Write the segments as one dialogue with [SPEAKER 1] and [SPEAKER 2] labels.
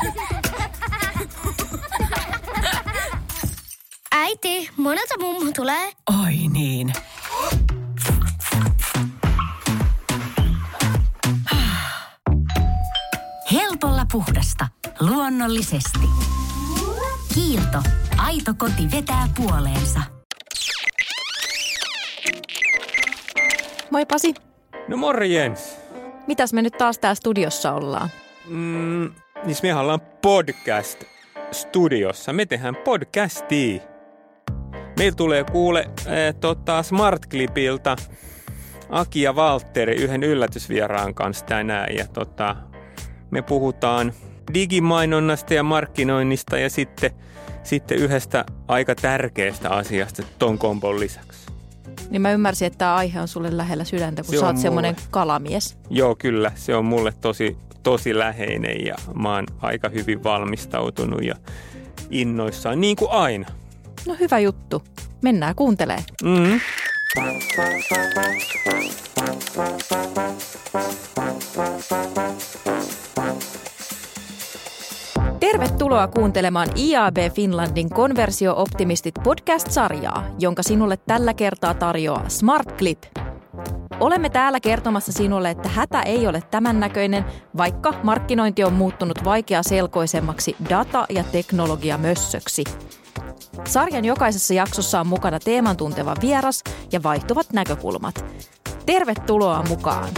[SPEAKER 1] Äiti, monelta mummu tulee.
[SPEAKER 2] Oi niin. Helpolla puhdasta. Luonnollisesti. Kiilto. Aito koti vetää puoleensa.
[SPEAKER 3] Moi Pasi.
[SPEAKER 4] No morjens.
[SPEAKER 3] Mitäs me nyt taas täällä studiossa ollaan?
[SPEAKER 4] Niin me ollaan podcast-studiossa. Me tehdään podcastia. Meillä tulee kuule Smart Clipiltä Aki ja Valtteri yhden yllätysvieraan kanssa tänään. Ja me puhutaan digimainonnasta ja markkinoinnista ja sitten yhdestä aika tärkeästä asiasta ton kompon lisäksi.
[SPEAKER 3] Niin mä ymmärsin, että tämä aihe on sulle lähellä sydäntä, kun sä oot semmoinen kalamies.
[SPEAKER 4] Joo, kyllä. Se on mulle tosi läheinen ja mä oon aika hyvin valmistautunut ja innoissaan, niin kuin aina.
[SPEAKER 3] No hyvä juttu. Mennään kuuntelemaan.
[SPEAKER 4] Mm-hmm.
[SPEAKER 3] Tervetuloa kuuntelemaan IAB Finlandin Konversio-optimistit podcast-sarjaa, jonka sinulle tällä kertaa tarjoaa Smart Clip. Olemme täällä kertomassa sinulle, että hätä ei ole tämän näköinen, vaikka markkinointi on muuttunut vaikeaselkoisemmaksi data- ja teknologiamössöksi. Sarjan jokaisessa jaksossa on mukana teeman tunteva vieras ja vaihtuvat näkökulmat. Tervetuloa mukaan!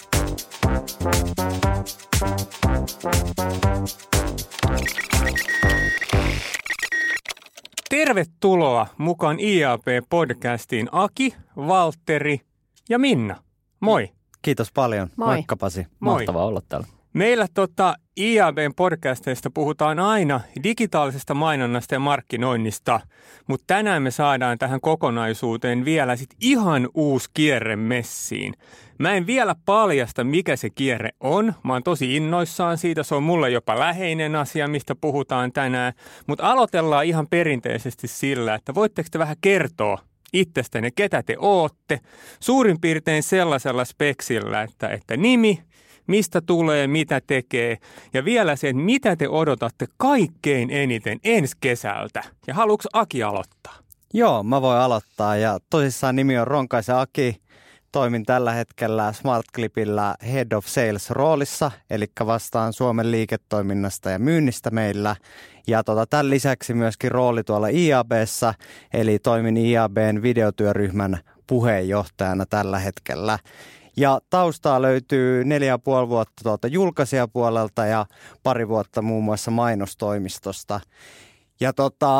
[SPEAKER 4] Tervetuloa mukaan IAB-podcastiin Aki, Valtteri ja Minna. Moi!
[SPEAKER 5] Kiitos paljon.
[SPEAKER 3] Moi.
[SPEAKER 5] Moikka Pasi.
[SPEAKER 4] Moi.
[SPEAKER 5] Mahtavaa olla täällä.
[SPEAKER 4] Meillä IABn podcasteista puhutaan aina digitaalisesta mainonnasta ja markkinoinnista, mutta tänään me saadaan tähän kokonaisuuteen vielä ihan uusi kierre messiin. Mä en vielä paljasta, mikä se kierre on. Mä oon tosi innoissaan siitä. Se on mulle jopa läheinen asia, mistä puhutaan tänään. Mutta aloitellaan ihan perinteisesti sillä, että voitteko te vähän kertoa itsestänne, ketä te ootte. Suurin piirtein sellaisella speksillä, että nimi, mistä tulee, mitä tekee ja vielä se, että mitä te odotatte kaikkein eniten ensi kesältä. Ja haluatko Aki aloittaa?
[SPEAKER 5] Joo, mä voin aloittaa ja tosissaan nimi on Ronkaisen Aki. Toimin tällä hetkellä Smart Clipillä Head of Sales roolissa, eli vastaan Suomen liiketoiminnasta ja myynnistä meillä. Ja tämän lisäksi myöskin rooli tuolla IAB:ssa, eli toimin IAB:n videotyöryhmän puheenjohtajana tällä hetkellä. Ja taustaa löytyy 4,5 vuotta tuolta julkaisijapuolelta ja pari vuotta muun muassa mainostoimistosta. Ja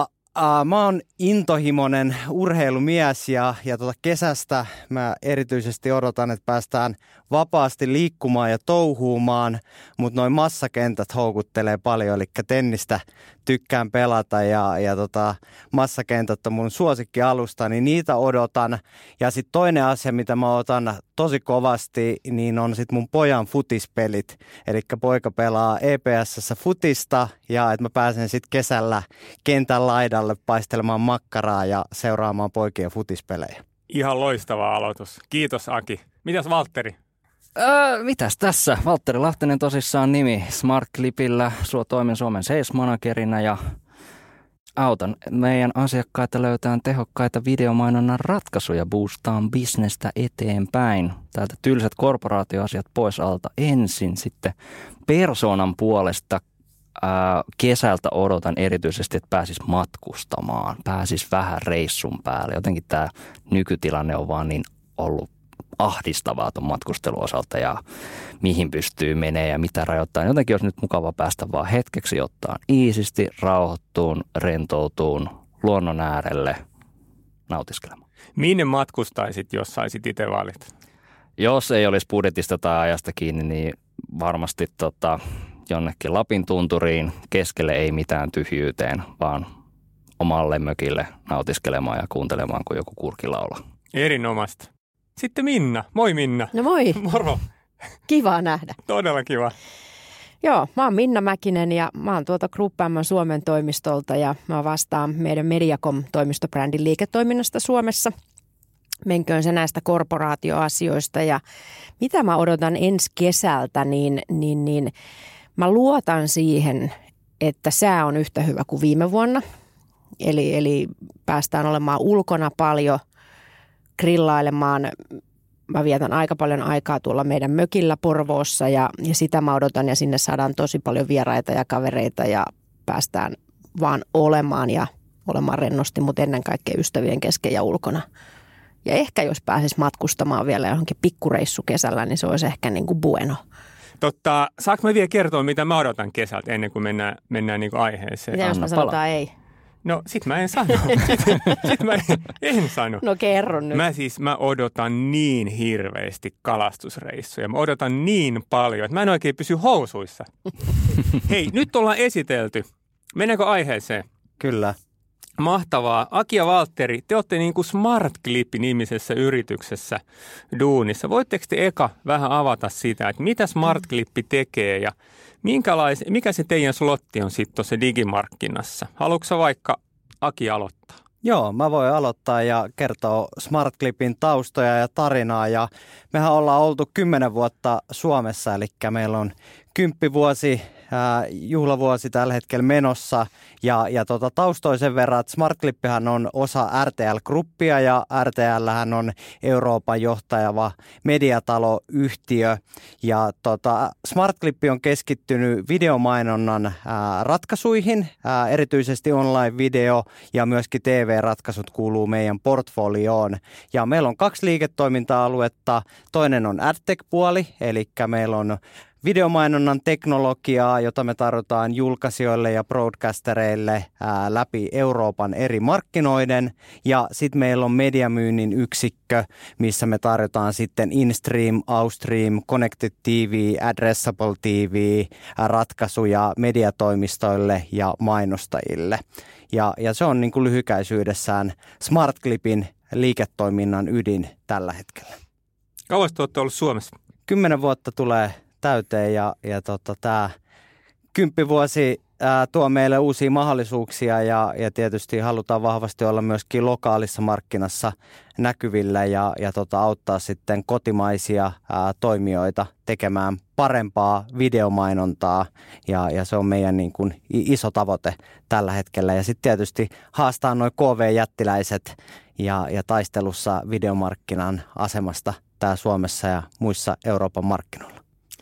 [SPEAKER 5] mä oon intohimoinen urheilumies ja kesästä mä erityisesti odotan, että päästään vapaasti liikkumaan ja touhuumaan, mutta noin massakentät houkuttelee paljon, eli tennistä tykkään pelata ja massakentät on mun suosikkialusta, niin niitä odotan. Ja sitten toinen asia, mitä mä otan tosi kovasti, niin on sitten mun pojan futispelit, eli poika pelaa EPS:ssä futista ja että mä pääsen sitten kesällä kentän laidalle paistelemaan makkaraa ja seuraamaan poikien futispelejä.
[SPEAKER 4] Ihan loistava aloitus. Kiitos Aki. Mitäs Valtteri?
[SPEAKER 6] Mitäs tässä? Valtteri Lahtinen tosissaan nimi. Smart Clipillä toimin Suomen sales managerina ja autan meidän asiakkaita löytämään tehokkaita videomainonnan ratkaisuja boostaan bisnestä eteenpäin. Täältä tylsät korporaatioasiat pois alta ensin. Sitten persoonan puolesta kesältä odotan erityisesti, että pääsis matkustamaan, pääsis vähän reissun päälle. Jotenkin tämä nykytilanne on vaan niin ollut ahdistavaa tuon matkustelun osalta ja mihin pystyy menee ja mitä rajoittaa. Jotenkin olisi nyt mukava päästä vaan hetkeksi ottaa iisisti, rauhoittuun, rentoutuun, luonnon äärelle, nautiskelemaan.
[SPEAKER 4] Minne matkustaisit, jos saisit itse valita?
[SPEAKER 6] Jos ei olisi budjetista tai ajasta kiinni, niin varmasti jonnekin Lapin tunturiin, keskelle ei mitään tyhjyyteen, vaan omalle mökille nautiskelemaan ja kuuntelemaan, kun joku kurki laulaa.
[SPEAKER 4] Erinomaista. Sitten Minna. Moi Minna.
[SPEAKER 7] No moi.
[SPEAKER 4] Moro.
[SPEAKER 7] Kiva nähdä.
[SPEAKER 4] Todella kiva.
[SPEAKER 7] Joo, mä oon Minna Mäkinen ja mä oon tuolta Group M Suomen toimistolta ja mä vastaan meidän Mediacom-toimistobrändin liiketoiminnasta Suomessa. Menköön se näistä korporaatioasioista ja mitä mä odotan ensi kesältä, niin mä luotan siihen, että sää on yhtä hyvä kuin viime vuonna. Eli päästään olemaan ulkona paljon, grillailemaan. Mä vietän aika paljon aikaa tuolla meidän mökillä Porvoossa ja sitä mä odotan ja sinne saadaan tosi paljon vieraita ja kavereita ja päästään vaan olemaan ja olemaan rennosti, mutta ennen kaikkea ystävien kesken ja ulkona. Ja ehkä jos pääsis matkustamaan vielä johonkin pikkureissu kesällä, niin se olisi ehkä niin kuin bueno.
[SPEAKER 4] Saanko mä vielä kertoa, mitä mä odotan kesältä ennen kuin mennään niin kuin aiheeseen?
[SPEAKER 7] Mitä jos mä sanotaan ei?
[SPEAKER 4] No sit mä en sano. Sit mä en sano.
[SPEAKER 7] No kerro nyt.
[SPEAKER 4] Mä odotan niin hirveästi kalastusreissuja. Mä odotan niin paljon, että mä en oikein pysy housuissa. Hei, nyt ollaan esitelty. Mennäänkö aiheeseen?
[SPEAKER 5] Kyllä.
[SPEAKER 4] Mahtavaa. Aki ja Valtteri, te olette niin kuin Smart Clip-nimisessä yrityksessä duunissa. Voitteko te eka vähän avata sitä, että mitä Smart Clip tekee ja mikä se teidän slotti on sitten tuossa digimarkkinassa? Haluatko sä vaikka Aki aloittaa?
[SPEAKER 5] Joo, mä voin aloittaa ja kertoa Smart Clipin taustoja ja tarinaa. Ja mehän ollaan oltu 10 vuotta Suomessa, eli meillä on 10 vuosi juhlavuosi tällä hetkellä menossa. Ja taustoisen verran, että Smart Clippihän on osa RTL-gruppia ja RTLhän on Euroopan johtava mediataloyhtiö. Ja Smart Clip on keskittynyt videomainonnan ratkaisuihin, erityisesti online-video ja myöskin TV-ratkaisut kuuluu meidän portfolioon. Ja meillä on 2 liiketoiminta-aluetta. Toinen on AdTech-puoli, eli meillä on videomainonnan teknologiaa, jota me tarjotaan julkaisijoille ja broadcastereille läpi Euroopan eri markkinoiden. Ja sitten meillä on mediamyynnin yksikkö, missä me tarjotaan sitten InStream, Outstream, Connected TV, Addressable TV ratkaisuja mediatoimistoille ja mainostajille. Ja se on niin kuin lyhykäisyydessään Smart Clipin liiketoiminnan ydin tällä hetkellä.
[SPEAKER 4] Kauan te olette ollut Suomessa?
[SPEAKER 5] 10 vuotta tulee täyteen ja tämä 10 vuosi tuo meille uusia mahdollisuuksia ja tietysti halutaan vahvasti olla myöskin lokaalissa markkinassa näkyvillä ja auttaa sitten kotimaisia toimijoita tekemään parempaa videomainontaa ja se on meidän niin kuin iso tavoite tällä hetkellä. Ja sitten tietysti haastaa nuo KV-jättiläiset ja taistelussa videomarkkinan asemasta täällä Suomessa ja muissa Euroopan markkinoilla.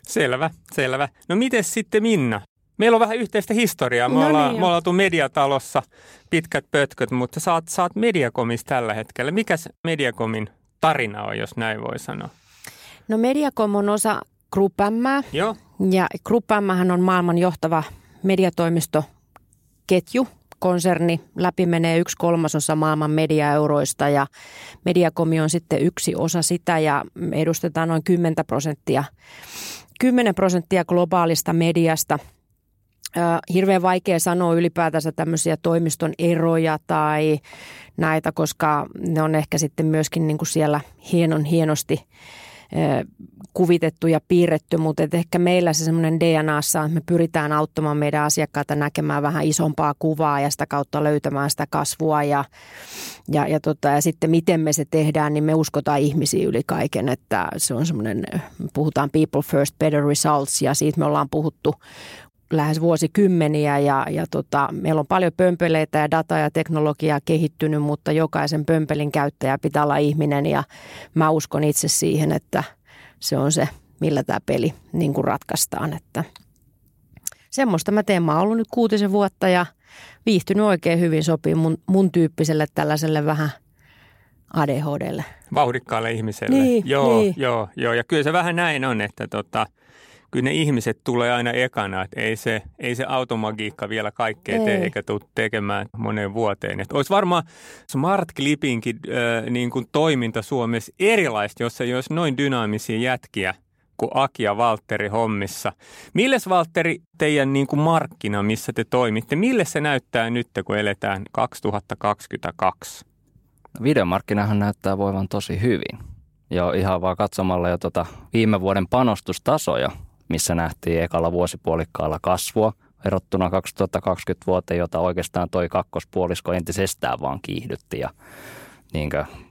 [SPEAKER 4] Selvä. No miten sitten Minna? Meillä on vähän yhteistä historiaa. Me ollaan oltu mediatalossa pitkät pötköt, mutta sä oot Mediacomissa tällä hetkellä. Mikäs Mediacomin tarina on, jos näin voi sanoa?
[SPEAKER 7] No Mediacom on osa Group M:ää.
[SPEAKER 4] Joo.
[SPEAKER 7] Ja Group M:hän on maailman johtava mediatoimistoketju. Konserni läpi menee 1/3 maailman mediaeuroista ja Mediacom on sitten yksi osa sitä ja me edustetaan noin 10% globaalista mediasta. Hirveän vaikea sanoa ylipäätänsä tämmöisiä toimiston eroja tai näitä, koska ne on ehkä sitten myöskin niin kuin siellä hienosti kuvitettu ja piirretty, mutta ehkä meillä se semmoinen DNAssa on, että me pyritään auttamaan meidän asiakkaita näkemään vähän isompaa kuvaa ja sitä kautta löytämään sitä kasvua ja sitten miten me se tehdään, niin me uskotaan ihmisiä yli kaiken, että se on semmoinen, puhutaan people first, better results ja siitä me ollaan puhuttu lähes vuosikymmeniä ja meillä on paljon pömpeleitä ja dataa ja teknologiaa kehittynyt, mutta jokaisen pömpelin käyttäjä pitää olla ihminen ja mä uskon itse siihen, että se on se, millä tämä peli niin kuin ratkaistaan. Että semmoista mä teen. Mä oon ollut nyt 6 vuotta ja viihtynyt oikein hyvin, sopii mun tyyppiselle tällaiselle vähän ADHDlle.
[SPEAKER 4] Vauhdikkaalle ihmiselle.
[SPEAKER 7] Niin,
[SPEAKER 4] Joo. Ja kyllä se vähän näin on, että kyllä ne ihmiset tulee aina ekana, että ei se automagiikka vielä kaikkea tee eikä tule tekemään moneen vuoteen. Että olisi varmaan Smart Clipinkin niin kuin toiminta Suomessa erilaista, jos ei olisi noin dynaamisia jätkiä kuin Aki ja Valtteri hommissa. Milles Valtteri teidän niin kuin markkina, missä te toimitte, mille se näyttää nyt, kun eletään 2022?
[SPEAKER 6] Videomarkkinahan näyttää voivan tosi hyvin. Jo ihan vaan katsomalla jo viime vuoden panostustasoja, missä nähtiin ekalla vuosipuolikkaalla kasvua verrattuna 2020 vuoteen, jota oikeastaan toi kakkospuolisko entisestään vaan kiihdytti. Ja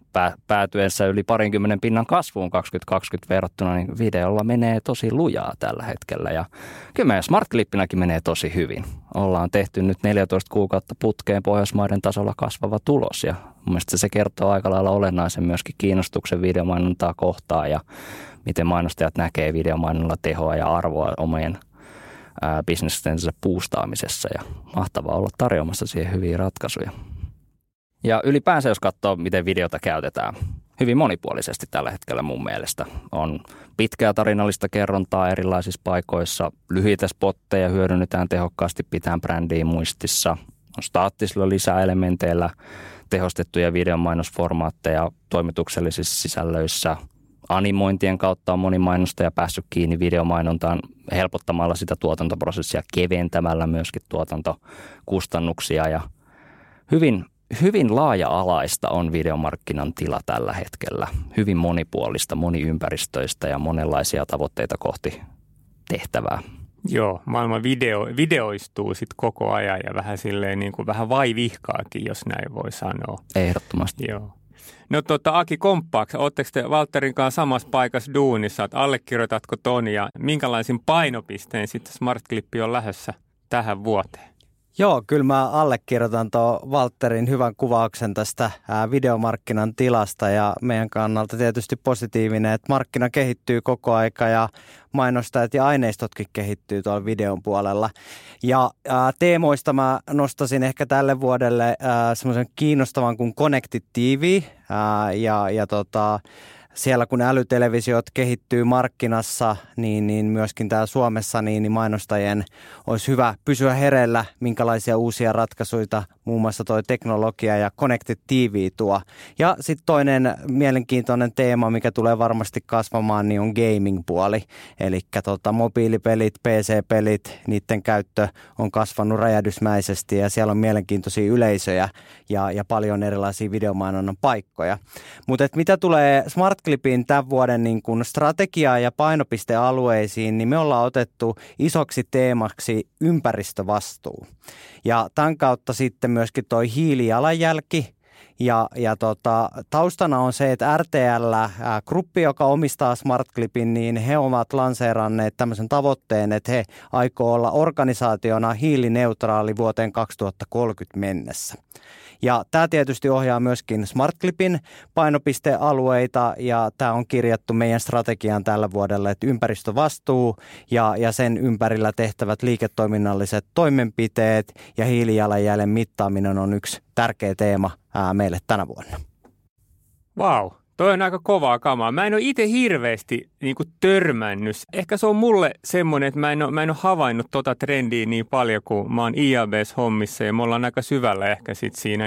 [SPEAKER 6] päätyessä yli 20% kasvuun 2020 verrattuna, niin videolla menee tosi lujaa tällä hetkellä. Ja kyllä meidän SmartClipinäkin menee tosi hyvin. Ollaan tehty nyt 14 kuukautta putkeen Pohjoismaiden tasolla kasvava tulos ja mun mielestä se kertoo aika lailla olennaisen myöskin kiinnostuksen videomainontaa kohtaan ja miten mainostajat näkee videomainonnalla tehoa ja arvoa omien bisnestensä puustaamisessa ja mahtavaa olla tarjoamassa siihen hyviä ratkaisuja. Ja ylipäänsä jos katsoo, miten videota käytetään hyvin monipuolisesti tällä hetkellä mun mielestä. On pitkää tarinallista kerrontaa erilaisissa paikoissa, lyhyitä spotteja hyödynnetään tehokkaasti pitäen brändiä muistissa, on staattisilla lisäelementeillä tehostettuja videomainosformaatteja toimituksellisissa sisällöissä. Animointien kautta on moni mainostaja päässyt kiinni videomainontaan helpottamalla sitä tuotantoprosessia, keventämällä myöskin tuotantokustannuksia ja hyvin laaja-alaista on videomarkkinan tila tällä hetkellä. Hyvin monipuolista, moniympäristöistä ja monenlaisia tavoitteita kohti tehtävää.
[SPEAKER 4] Joo, maailma videoistuu sitten koko ajan ja vähän silleen niin kuin vähän vaivihkaakin, jos näin voi sanoa.
[SPEAKER 6] Ehdottomasti.
[SPEAKER 4] Joo. No Aki, komppaaks, ootteko te Valtterin kanssa samassa paikassa duunissa, että allekirjoitatko ton ja minkälaisin painopisteen sitten SmartClip on lähdössä tähän vuoteen?
[SPEAKER 5] Joo, kyllä mä allekirjoitan tuon Valtterin hyvän kuvauksen tästä videomarkkinan tilasta ja meidän kannalta tietysti positiivinen, että markkina kehittyy koko aika ja mainostajat ja aineistotkin kehittyy tuolla videon puolella. Ja teemoista mä nostasin ehkä tälle vuodelle semmoisen kiinnostavan kuin Connected TV siellä kun älytelevisiot kehittyy markkinassa, niin myöskin täällä Suomessa niin mainostajien olisi hyvä pysyä hereillä, minkälaisia uusia ratkaisuja muun muassa toi teknologia ja Connected TV tuo. Ja sitten toinen mielenkiintoinen teema, mikä tulee varmasti kasvamaan, niin on gaming-puoli. Eli mobiilipelit, PC-pelit, niiden käyttö on kasvanut räjähdysmäisesti ja siellä on mielenkiintoisia yleisöjä ja paljon erilaisia videomainonnan paikkoja. Mutta mitä tulee SmartClipin tämän vuoden niin kun strategiaa ja painopistealueisiin, niin me ollaan otettu isoksi teemaksi ympäristövastuu. Ja tämän kautta sitten myöskin toi hiilijalanjälki. Ja taustana on se, että RTL-gruppi, joka omistaa SmartClipin, niin he ovat lanseeranneet tämmöisen tavoitteen, että he aikoo olla organisaationa hiilineutraali vuoteen 2030 mennessä. Ja tämä tietysti ohjaa myöskin SmartClipin painopistealueita ja tämä on kirjattu meidän strategiaan tällä vuodella, että ympäristövastuu ja sen ympärillä tehtävät liiketoiminnalliset toimenpiteet ja hiilijalanjäljen mittaaminen on yksi tärkeä teema meille tänä vuonna.
[SPEAKER 4] Vau, toi on aika kovaa kamaa. Mä en ole itse hirveästi törmännyt. Ehkä se on mulle semmoinen, että mä en ole havainnut tota trendiä niin paljon, kun mä oon IABs-hommissa ja me ollaan aika syvällä ehkä sit siinä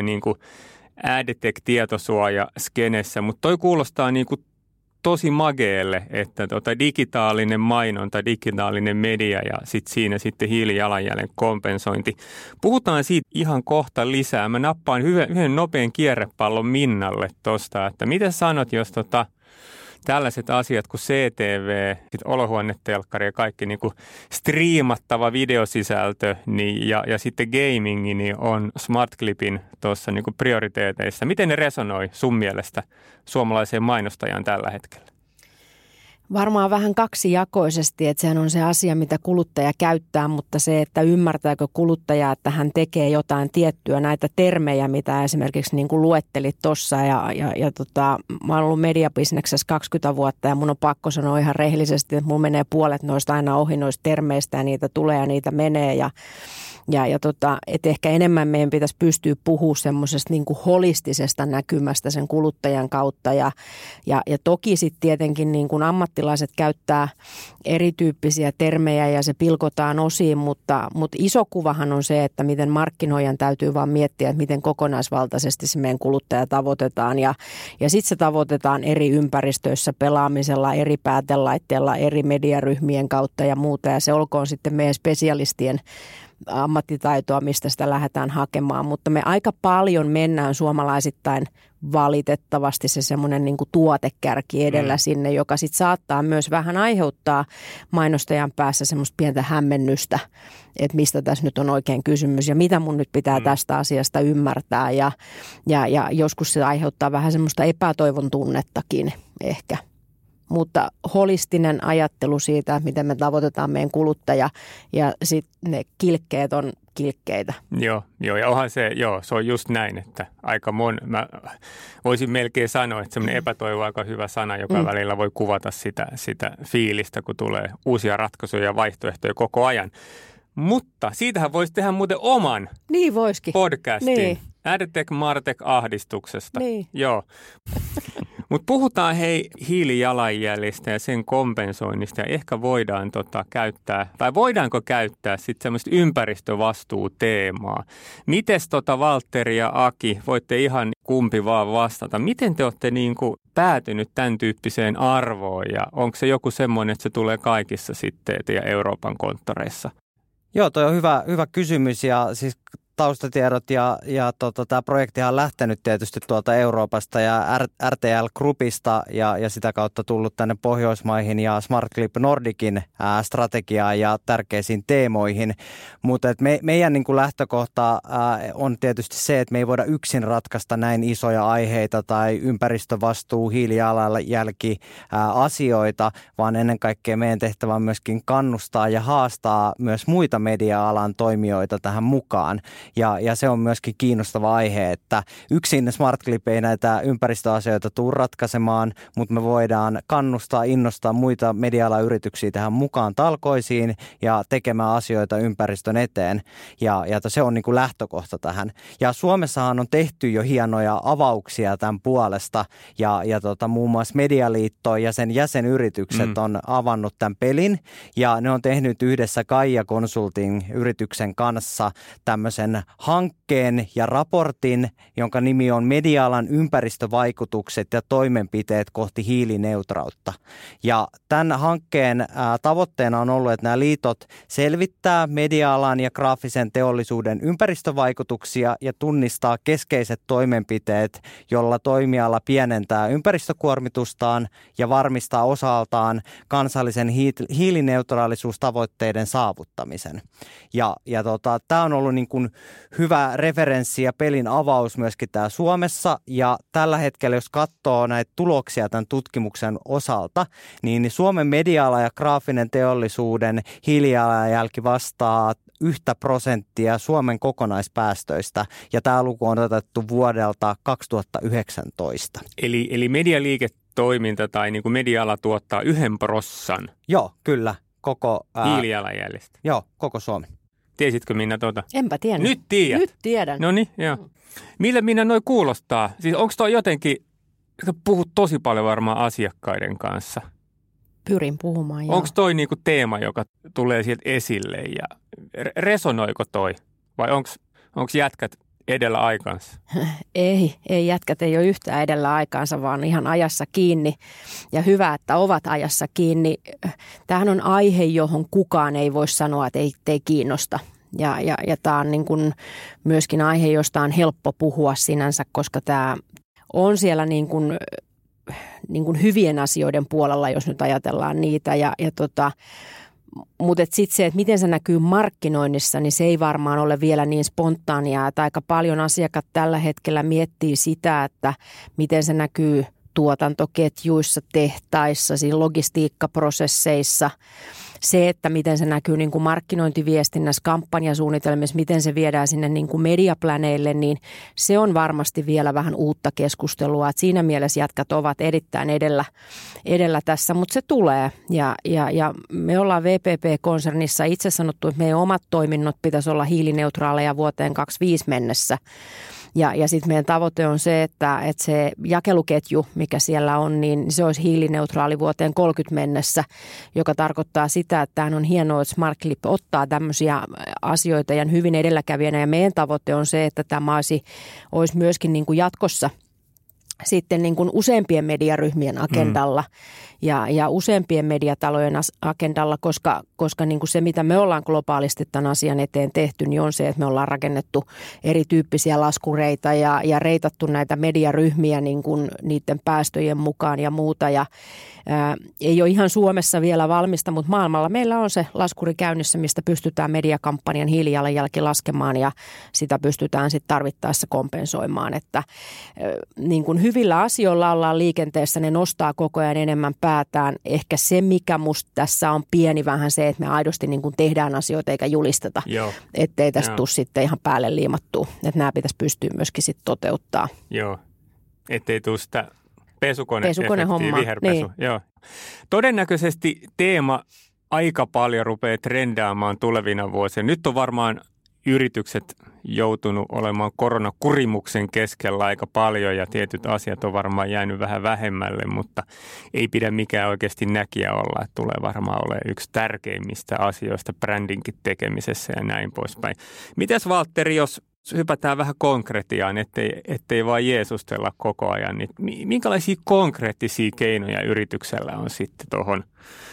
[SPEAKER 4] AdTech-tietosuoja-skenessä. Mutta toi kuulostaa tosi mageelle, että digitaalinen mainonta, digitaalinen media ja siinä sitten hiilijalanjäljen kompensointi. Puhutaan siitä ihan kohta lisää. Mä nappaan yhden nopean kierrepallon Minnalle tosta, että mitä sanot, jos tällaiset asiat kuin CTV, olohuonetelkkari ja kaikki striimattava videosisältö ja sitten gaming niin on SmartClipin tuossa prioriteeteissa. Miten ne resonoi sun mielestä suomalaiseen mainostajan tällä hetkellä?
[SPEAKER 7] Varmaan vähän kaksijakoisesti, että sehän on se asia, mitä kuluttaja käyttää, mutta se, että ymmärtääkö kuluttaja, että hän tekee jotain tiettyä näitä termejä, mitä esimerkiksi niin kuin luettelit tuossa. Mä oon ollut mediabisneksessä 20 vuotta ja mun on pakko sanoa ihan rehellisesti, että mun menee puolet noista aina ohi noista termeistä ja niitä tulee ja niitä menee että ehkä enemmän meidän pitäisi pystyä puhumaan semmoisesta niin kuin holistisesta näkymästä sen kuluttajan kautta ja toki sitten tietenkin niin kuin ammattilaiset käyttää erityyppisiä termejä ja se pilkotaan osiin, mutta iso kuvahan on se, että miten markkinoijan täytyy vaan miettiä, että miten kokonaisvaltaisesti se meidän kuluttaja tavoitetaan ja sitten se tavoitetaan eri ympäristöissä pelaamisella, eri päätelaitteilla, eri mediaryhmien kautta ja muuta ja se olkoon sitten meidän spesialistien ammattitaitoa, mistä sitä lähdetään hakemaan, mutta me aika paljon mennään suomalaisittain valitettavasti se semmoinen niin kuin tuotekärki edellä sinne, joka sitten saattaa myös vähän aiheuttaa mainostajan päässä semmoista pientä hämmennystä, että mistä tässä nyt on oikein kysymys ja mitä mun nyt pitää tästä asiasta ymmärtää ja joskus se aiheuttaa vähän semmoista epätoivon tunnettakin ehkä. Mutta holistinen ajattelu siitä, miten me tavoitetaan meidän kuluttaja ja sitten ne kilkkeet on kilkkeitä.
[SPEAKER 4] Joo, ja onhan se on just näin, että mä voisin melkein sanoa, että semmoinen epätoivo on aika hyvä sana, joka välillä voi kuvata sitä fiilistä, kun tulee uusia ratkaisuja ja vaihtoehtoja koko ajan. Mutta siitähän voisi tehdä muuten oman podcastin. Niin. Ärtek Martek ahdistuksesta.
[SPEAKER 7] Niin.
[SPEAKER 4] Joo. Mutta puhutaan hiilijalanjäljestä ja sen kompensoinnista ja ehkä voidaan käyttää, tai voidaanko käyttää sitten semmoista ympäristövastuuteemaa. Mites Valtteri ja Aki, voitte ihan kumpi vaan vastata. Miten te olette niinku päätynyt tämän tyyppiseen arvoon ja onko se joku semmoinen, että se tulee kaikissa sitten ja Euroopan konttoreissa?
[SPEAKER 5] Joo, toi on hyvä kysymys ja siis taustatiedot ja tämä projektihan on lähtenyt tietysti tuolta Euroopasta ja RTL Groupista ja sitä kautta tullut tänne Pohjoismaihin ja SmartClip Nordicin strategiaan ja tärkeisiin teemoihin. Mutta meidän niin kuin lähtökohta on tietysti se, että me ei voida yksin ratkaista näin isoja aiheita tai ympäristövastuu, hiilijalanjälki asioita, vaan ennen kaikkea meidän tehtävä on myöskin kannustaa ja haastaa myös muita media-alan toimijoita tähän mukaan. Ja se on myöskin kiinnostava aihe, että yksin SmartClip ei näitä ympäristöasioita tule ratkaisemaan, mutta me voidaan kannustaa, innostaa muita media-alan yrityksiä tähän mukaan talkoisiin ja tekemään asioita ympäristön eteen. Ja se on niin kuin lähtökohta tähän. Ja Suomessahan on tehty jo hienoja avauksia tämän puolesta ja muun muassa Medialiitto ja sen jäsenyritykset on avannut tämän pelin ja ne on tehnyt yhdessä Gaia Consulting-yrityksen kanssa tämmöisen hankkeen ja raportin, jonka nimi on Media-alan ympäristövaikutukset ja toimenpiteet kohti hiilineutrautta. Ja tämän hankkeen tavoitteena on ollut, että nämä liitot selvittää media-alan ja graafisen teollisuuden ympäristövaikutuksia ja tunnistaa keskeiset toimenpiteet, jolla toimiala pienentää ympäristökuormitustaan ja varmistaa osaltaan kansallisen hiilineutraalisuustavoitteiden saavuttamisen. Ja tämä on ollut niin kuin hyvä referenssi ja pelin avaus myöskin täällä Suomessa ja tällä hetkellä, jos katsoo näitä tuloksia tämän tutkimuksen osalta, niin Suomen media-ala ja graafinen teollisuuden hiilijalanjälki vastaa 1% Suomen kokonaispäästöistä ja tämä luku on otettu vuodelta 2019.
[SPEAKER 4] Eli medialiiketoiminta tai niin kuin media-ala tuottaa 1%.
[SPEAKER 5] Joo, kyllä. Koko
[SPEAKER 4] hiilijalanjäljestä.
[SPEAKER 5] Joo, koko Suomen.
[SPEAKER 4] Tiesitkö Minna tuota?
[SPEAKER 7] Enpä tiedä.
[SPEAKER 4] Nyt tiedät.
[SPEAKER 7] Nyt tiedän.
[SPEAKER 4] No niin, joo. Millä Minna noi kuulostaa? Siis onko toi jotenkin, puhut tosi paljon varmaan asiakkaiden kanssa.
[SPEAKER 7] Pyrin puhumaan, joo.
[SPEAKER 4] Onko toi niinku teema, joka tulee sieltä esille ja resonoiko toi? Vai onko jätkät edellä aikansa?
[SPEAKER 7] Ei jätkät ei ole yhtään edellä aikaansa, vaan ihan ajassa kiinni. Ja hyvä, että ovat ajassa kiinni. Tämähän on aihe, johon kukaan ei voi sanoa, että ei kiinnosta. Ja tämä on niin kuin myöskin aihe, josta on helppo puhua sinänsä, koska tämä on siellä niin kuin hyvien asioiden puolella, jos nyt ajatellaan niitä. Mutta sitten se, että miten se näkyy markkinoinnissa, niin se ei varmaan ole vielä niin spontaania. Että aika paljon asiakkaat tällä hetkellä miettii sitä, että miten se näkyy tuotantoketjuissa, tehtaissa, siinä logistiikkaprosesseissa. Se, että miten se näkyy niin kuin markkinointiviestinnässä, kampanjasuunnitelmissa, miten se viedään sinne niin kuin mediapläneille, niin se on varmasti vielä vähän uutta keskustelua. Et siinä mielessä jätkät ovat erittäin edellä tässä, mutta se tulee. Ja me ollaan VPP-konsernissa itse sanottu, että meidän omat toiminnot pitäisi olla hiilineutraaleja vuoteen 2025 mennessä. Ja sitten meidän tavoite on se, että se jakeluketju, mikä siellä on, niin se olisi hiilineutraali vuoteen 30 mennessä, joka tarkoittaa sitä, että tämä on hienoa, että SmartClip ottaa tämmöisiä asioita ja hyvin edelläkävijänä. Ja meidän tavoite on se, että tämä olisi myöskin niin kuin jatkossa sitten niin kuin useampien mediaryhmien agendalla ja useampien mediatalojen agendalla, koska niin kuin se, mitä me ollaan globaalisti tämän asian eteen tehty, niin on se, että me ollaan rakennettu erityyppisiä laskureita ja reitattu näitä mediaryhmiä niin kuin niiden päästöjen mukaan ja muuta. Ja ei ole ihan Suomessa vielä valmista, mutta maailmalla meillä on se laskuri käynnissä, mistä pystytään mediakampanjan hiilijalanjälki laskemaan ja sitä pystytään sitten tarvittaessa kompensoimaan. Että niin kuin hyvillä asioilla ollaan liikenteessä, ne nostaa koko ajan enemmän päätään. Ehkä se, mikä musta tässä on pieni vähän se, että me aidosti niin kuin tehdään asioita eikä julisteta, ettei tästä tule sitten ihan päälle liimattua. Että nämä pitäisi pystyä myöskin sitten toteuttaa.
[SPEAKER 4] Joo, ettei tule sitä pesukone-efektiä, viherpesu.
[SPEAKER 7] Niin.
[SPEAKER 4] Joo. Todennäköisesti teema aika paljon rupeaa trendaamaan tulevina vuosina. Nyt on varmaan yritykset joutunut olemaan koronakurimuksen keskellä aika paljon ja tietyt asiat on varmaan jäänyt vähän vähemmälle, mutta ei pidä mikään oikeasti näkijä olla, että tulee varmaan olemaan yksi tärkeimmistä asioista brändinkin tekemisessä ja näin poispäin. Mites Valtteri, jos hypätään vähän konkretiaan, ettei vaan jeesustella koko ajan, niin minkälaisia konkreettisia keinoja yrityksellä on sitten tuohon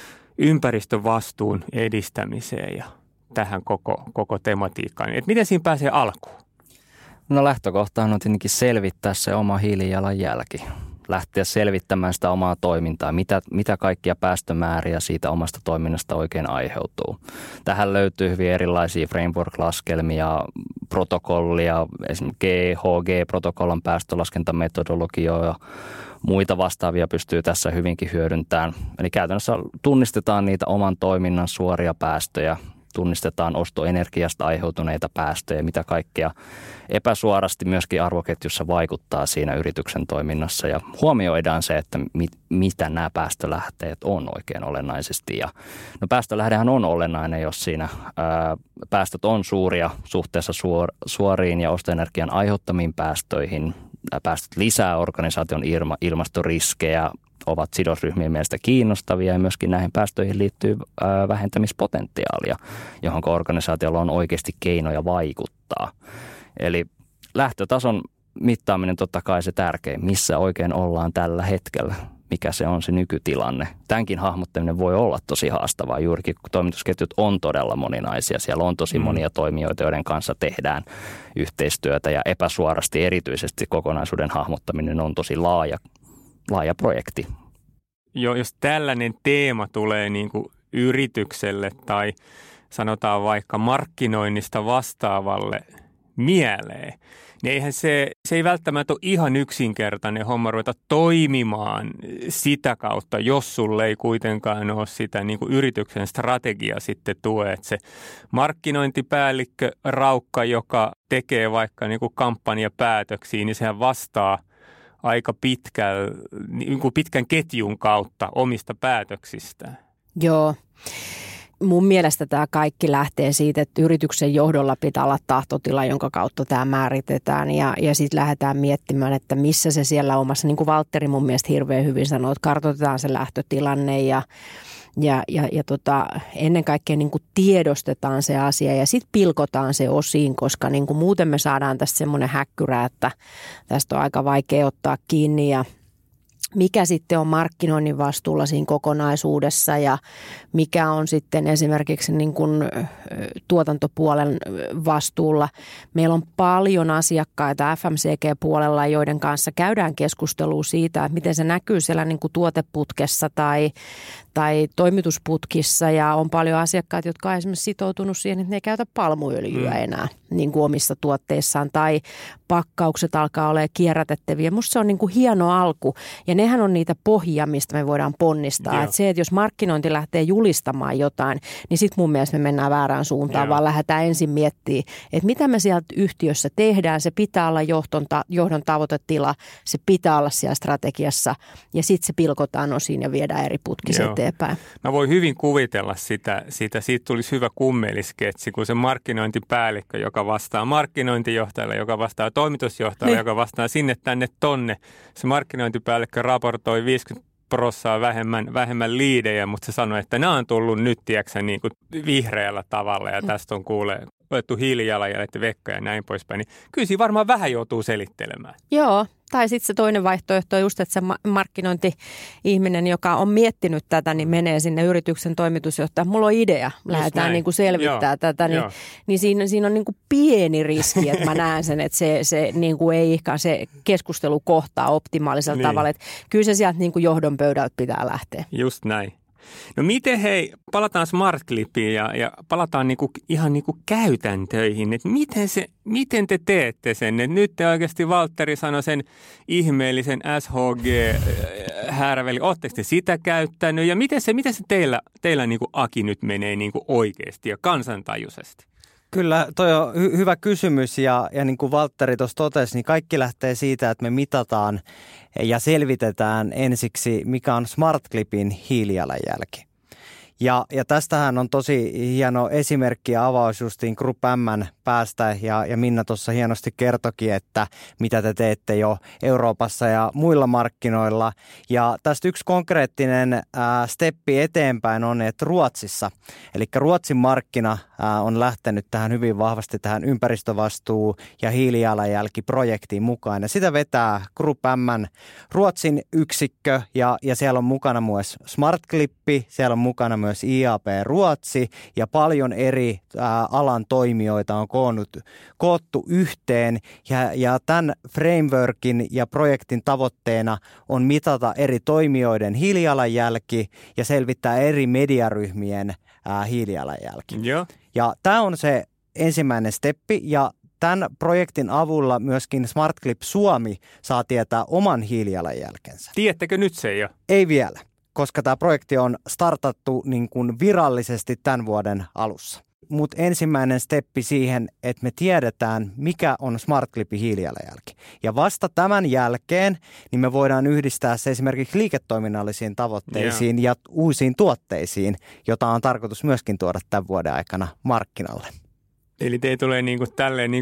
[SPEAKER 4] ympäristövastuun edistämiseen ja tähän koko tematiikkaan? Et miten siinä pääsee alkuun?
[SPEAKER 6] No lähtökohtaan on tietenkin selvittää se oma hiilijalanjälki. Lähteä selvittämään sitä omaa toimintaa, mitä kaikkia päästömääriä siitä omasta toiminnasta oikein aiheutuu. Tähän löytyy hyvin erilaisia framework-laskelmia, protokollia, esimerkiksi GHG-protokollan päästölaskentametodologioja ja muita vastaavia pystyy tässä hyvinkin hyödyntämään. Eli käytännössä tunnistetaan niitä oman toiminnan suoria päästöjä, tunnistetaan ostoenergiasta aiheutuneita päästöjä, mitä kaikkea epäsuorasti myöskin arvoketjussa vaikuttaa siinä yrityksen toiminnassa ja huomioidaan se, että mitä nämä päästölähteet on oikein olennaisesti. Ja no päästölähdehän on olennainen, jos siinä päästöt on suuria suhteessa suoriin ja ostoenergian aiheuttamiin päästöihin. Päästöt lisää organisaation ilmastoriskejä, ovat sidosryhmien mielestä kiinnostavia ja myöskin näihin päästöihin liittyy vähentämispotentiaalia, johon organisaatiolla on oikeasti keinoja vaikuttaa. Eli lähtötason mittaaminen totta kai se tärkein, missä oikein ollaan tällä hetkellä, mikä se on se nykytilanne. Tämänkin hahmottaminen voi olla tosi haastavaa, juurikin kun toimitusketjut on todella moninaisia. Siellä on tosi monia toimijoita, joiden kanssa tehdään yhteistyötä ja epäsuorasti erityisesti kokonaisuuden hahmottaminen on tosi laaja projekti.
[SPEAKER 4] Joo, jos tällainen teema tulee niin kuin yritykselle tai sanotaan vaikka markkinoinnista vastaavalle mieleen, niin eihän se ei välttämättä ole ihan yksinkertainen homma ruveta toimimaan sitä kautta, jos sulle ei kuitenkaan ole sitä niin kuin yrityksen strategia sitten tue. Että se markkinointipäällikkö Raukka, joka tekee vaikka niin kuin kampanjapäätöksiä, niin sehän vastaa aika pitkän ketjun kautta omista päätöksistään.
[SPEAKER 7] Joo. Mun mielestä tämä kaikki lähtee siitä, että yrityksen johdolla pitää olla tahtotila, jonka kautta tämä määritetään ja sitten lähdetään miettimään, että missä se siellä omassa, niin kuin Valtteri mun mielestä hirveän hyvin sanoi, että kartoitetaan se lähtötilanne ja ennen kaikkea niin kuin tiedostetaan se asia ja sitten pilkotaan se osiin, koska niin kuin muuten me saadaan tästä semmoinen häkkyrä, että tästä on aika vaikea ottaa kiinni ja mikä sitten on markkinoinnin vastuulla siinä kokonaisuudessa ja mikä on sitten esimerkiksi niin kuin tuotantopuolen vastuulla. Meillä on paljon asiakkaita FMCG-puolella, joiden kanssa käydään keskustelua siitä, että miten se näkyy siellä niin kuin tuoteputkessa tai toimitusputkissa ja on paljon asiakkaita, jotka on esimerkiksi sitoutunut siihen, että ne ei käytä palmuöljyä enää niin kuin omissa tuotteissaan tai pakkaukset alkaa olla kierrätettäviä. Musta se on niin kuin hieno alku ja nehän on niitä pohjia, mistä me voidaan ponnistaa. Että se, että jos markkinointi lähtee julistamaan jotain, niin sitten mun mielestä me mennään väärään suuntaan, vaan lähdetään ensin miettimään, että mitä me sieltä yhtiössä tehdään. Se pitää olla johdon tavoitetila, se pitää olla siellä strategiassa ja sitten se pilkotaan osiin ja viedään eri putkissa eteenpäin.
[SPEAKER 4] Mä voin hyvin kuvitella sitä. Siitä tulisi hyvä kummelisketsi, kun se markkinointipäällikkö, joka vastaa markkinointijohtajalle, joka vastaa toimitusjohtajalle, joka vastaa sinne tänne tonne. Se markkinointipäällikkö raportoi 50% vähemmän liidejä, mutta se sanoi, että nämä on tullut nyt, tiedätkö, niin kuin vihreällä tavalla ja tästä on otettu hiilijalanjäljet ja vekka ja näin poispäin, niin kyllä siinä varmaan vähän joutuu selittelemään.
[SPEAKER 7] Joo, tai sitten se toinen vaihtoehto on just, että se markkinointi-ihminen, joka on miettinyt tätä, niin menee sinne yrityksen toimitusjohtajalle. Mulla on idea, lähdetään niin kuin selvittää tätä, niin siinä on niin kuin pieni riski, että mä näen sen, että se niin kuin ei ihan se keskustelu kohtaa optimaalisella tavalla. Että kyllä se sieltä niin kuin johdon pöydältä pitää lähteä.
[SPEAKER 4] Just näin. No miten palataan Smart Clipiin ja palataan ihan käytäntöihin, että miten te teette sen? Et nyt te oikeasti, Valtteri sanoi sen ihmeellisen SHG-härveli, ootteko te sitä käyttänyt ja miten se teillä Aki nyt menee oikeasti ja kansantajuisesti?
[SPEAKER 5] Kyllä, toi on hyvä kysymys ja niin kuin Valtteri tuossa totesi, niin kaikki lähtee siitä, että me mitataan ja selvitetään ensiksi, mikä on Smart Clipin hiilijalanjälki. Ja tästähän on tosi hieno esimerkki ja avaus justiin Group M:n päästä ja Minna tuossa hienosti kertoikin, että mitä te teette jo Euroopassa ja muilla markkinoilla. Ja tästä yksi konkreettinen steppi eteenpäin on, että Ruotsissa, eli Ruotsin markkina on lähtenyt tähän hyvin vahvasti tähän ympäristövastuu- ja hiilijalanjälkiprojektiin mukaan. Ja sitä vetää Group M:n Ruotsin yksikkö ja siellä on mukana myös Smart Clippi, siellä on mukana myös IAB Ruotsi ja paljon eri alan toimijoita on koottu yhteen ja tämän frameworkin ja projektin tavoitteena on mitata eri toimijoiden hiilijalanjälki ja selvittää eri mediaryhmien hiilijalanjälki.
[SPEAKER 4] Joo.
[SPEAKER 5] Ja tämä on se ensimmäinen steppi ja tämän projektin avulla myöskin SmartClip Suomi saa tietää oman hiilijalanjälkensä.
[SPEAKER 4] Tiedättekö nyt se jo?
[SPEAKER 5] Ei vielä, koska tämä projekti on startattu niin kuin virallisesti tämän vuoden alussa. Mutta ensimmäinen steppi siihen, että me tiedetään, mikä on SmartClipin hiilijalanjälki. Ja vasta tämän jälkeen niin me voidaan yhdistää se esimerkiksi liiketoiminnallisiin tavoitteisiin ja uusiin tuotteisiin, jota on tarkoitus myöskin tuoda tämän vuoden aikana markkinalle.
[SPEAKER 4] Eli teille tulee tälleen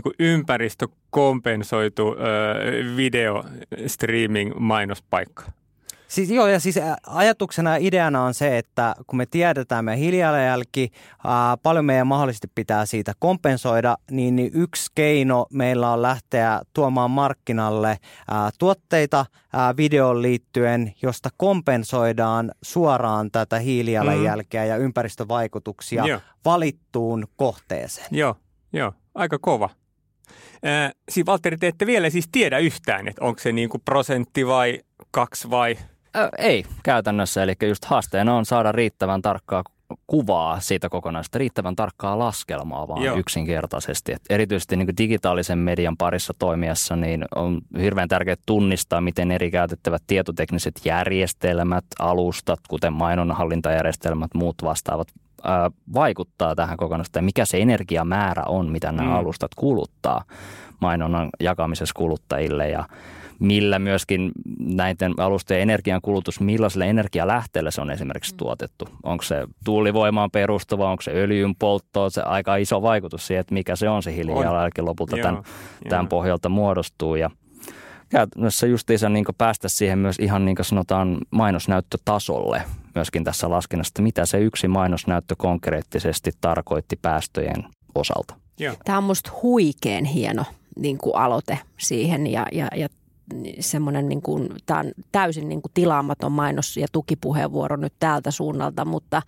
[SPEAKER 4] ympäristökompensoitu video streaming mainospaikka.
[SPEAKER 5] Siis joo, ja siis ajatuksena ja ideana on se, että kun me tiedetään meidän hiilijalanjälki, paljon meidän mahdollisesti pitää siitä kompensoida, niin yksi keino meillä on lähteä tuomaan markkinalle tuotteita videoon liittyen, josta kompensoidaan suoraan tätä hiilijalanjälkeä ja ympäristövaikutuksia valittuun kohteeseen.
[SPEAKER 4] Joo, aika kova. Siis Valtteri, te ette vielä siis tiedä yhtään, että onko se prosentti vai 2 vai?
[SPEAKER 6] Ei käytännössä, eli just haasteena on saada riittävän tarkkaa kuvaa siitä kokonaisuudesta, riittävän tarkkaa laskelmaa vaan yksinkertaisesti. Et erityisesti digitaalisen median parissa toimijassa niin on hirveän tärkeää tunnistaa, miten eri käytettävät tietotekniset järjestelmät, alustat, kuten mainonnanhallintajärjestelmät, muut vastaavat, vaikuttaa tähän kokonaisuuteen, mikä se energiamäärä on, mitä nämä alustat kuluttaa mainonnan jakamisessa kuluttajille ja millä myöskin näiden alustojen energiankulutus, millaiselle energialähteelle se on esimerkiksi tuotettu. Onko se tuulivoimaan perustuva, onko se öljyn poltto, se aika iso vaikutus siihen, että mikä se on se hiilijalanjälki lopulta tämän pohjalta muodostuu. Ja käytännössä justiinsa päästä siihen myös ihan niin kuin sanotaan mainosnäyttötasolle myöskin tässä laskennassa, mitä se yksi mainosnäyttö konkreettisesti tarkoitti päästöjen osalta.
[SPEAKER 7] Tämä on musta huikean hieno aloite siihen ja semmoinen, tämä on täysin tilaamaton mainos- ja tukipuheenvuoro nyt täältä suunnalta,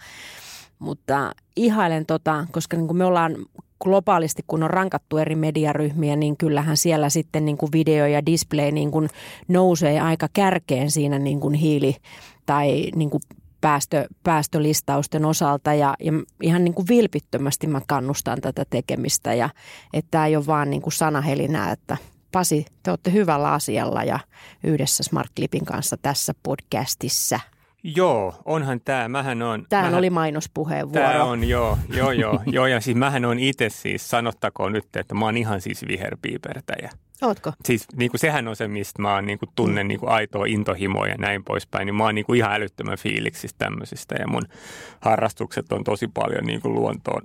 [SPEAKER 7] mutta ihailen koska me ollaan globaalisti, kun on rankattu eri mediaryhmiä, niin kyllähän siellä sitten video ja display nousee aika kärkeen siinä hiili- tai päästölistausten osalta ja ihan vilpittömästi mä kannustan tätä tekemistä ja että tämä ei ole vaan sanahelinää, että Pasi, te olette hyvällä asialla ja yhdessä Smart Clipin kanssa tässä podcastissa.
[SPEAKER 4] Joo, onhan tämä.
[SPEAKER 7] Tämähän oli mainospuheenvuoro.
[SPEAKER 4] Tämä on, joo, ja siis mähän on itse siis, sanottakoon nyt, että mä oon ihan siis viherpiipertäjä.
[SPEAKER 7] Ootko?
[SPEAKER 4] Siis sehän on se, mistä mä oon tunnen aitoa intohimoa ja näin poispäin, niin mä oon ihan älyttömän fiiliksistä tämmöisistä ja mun harrastukset on tosi paljon luontoon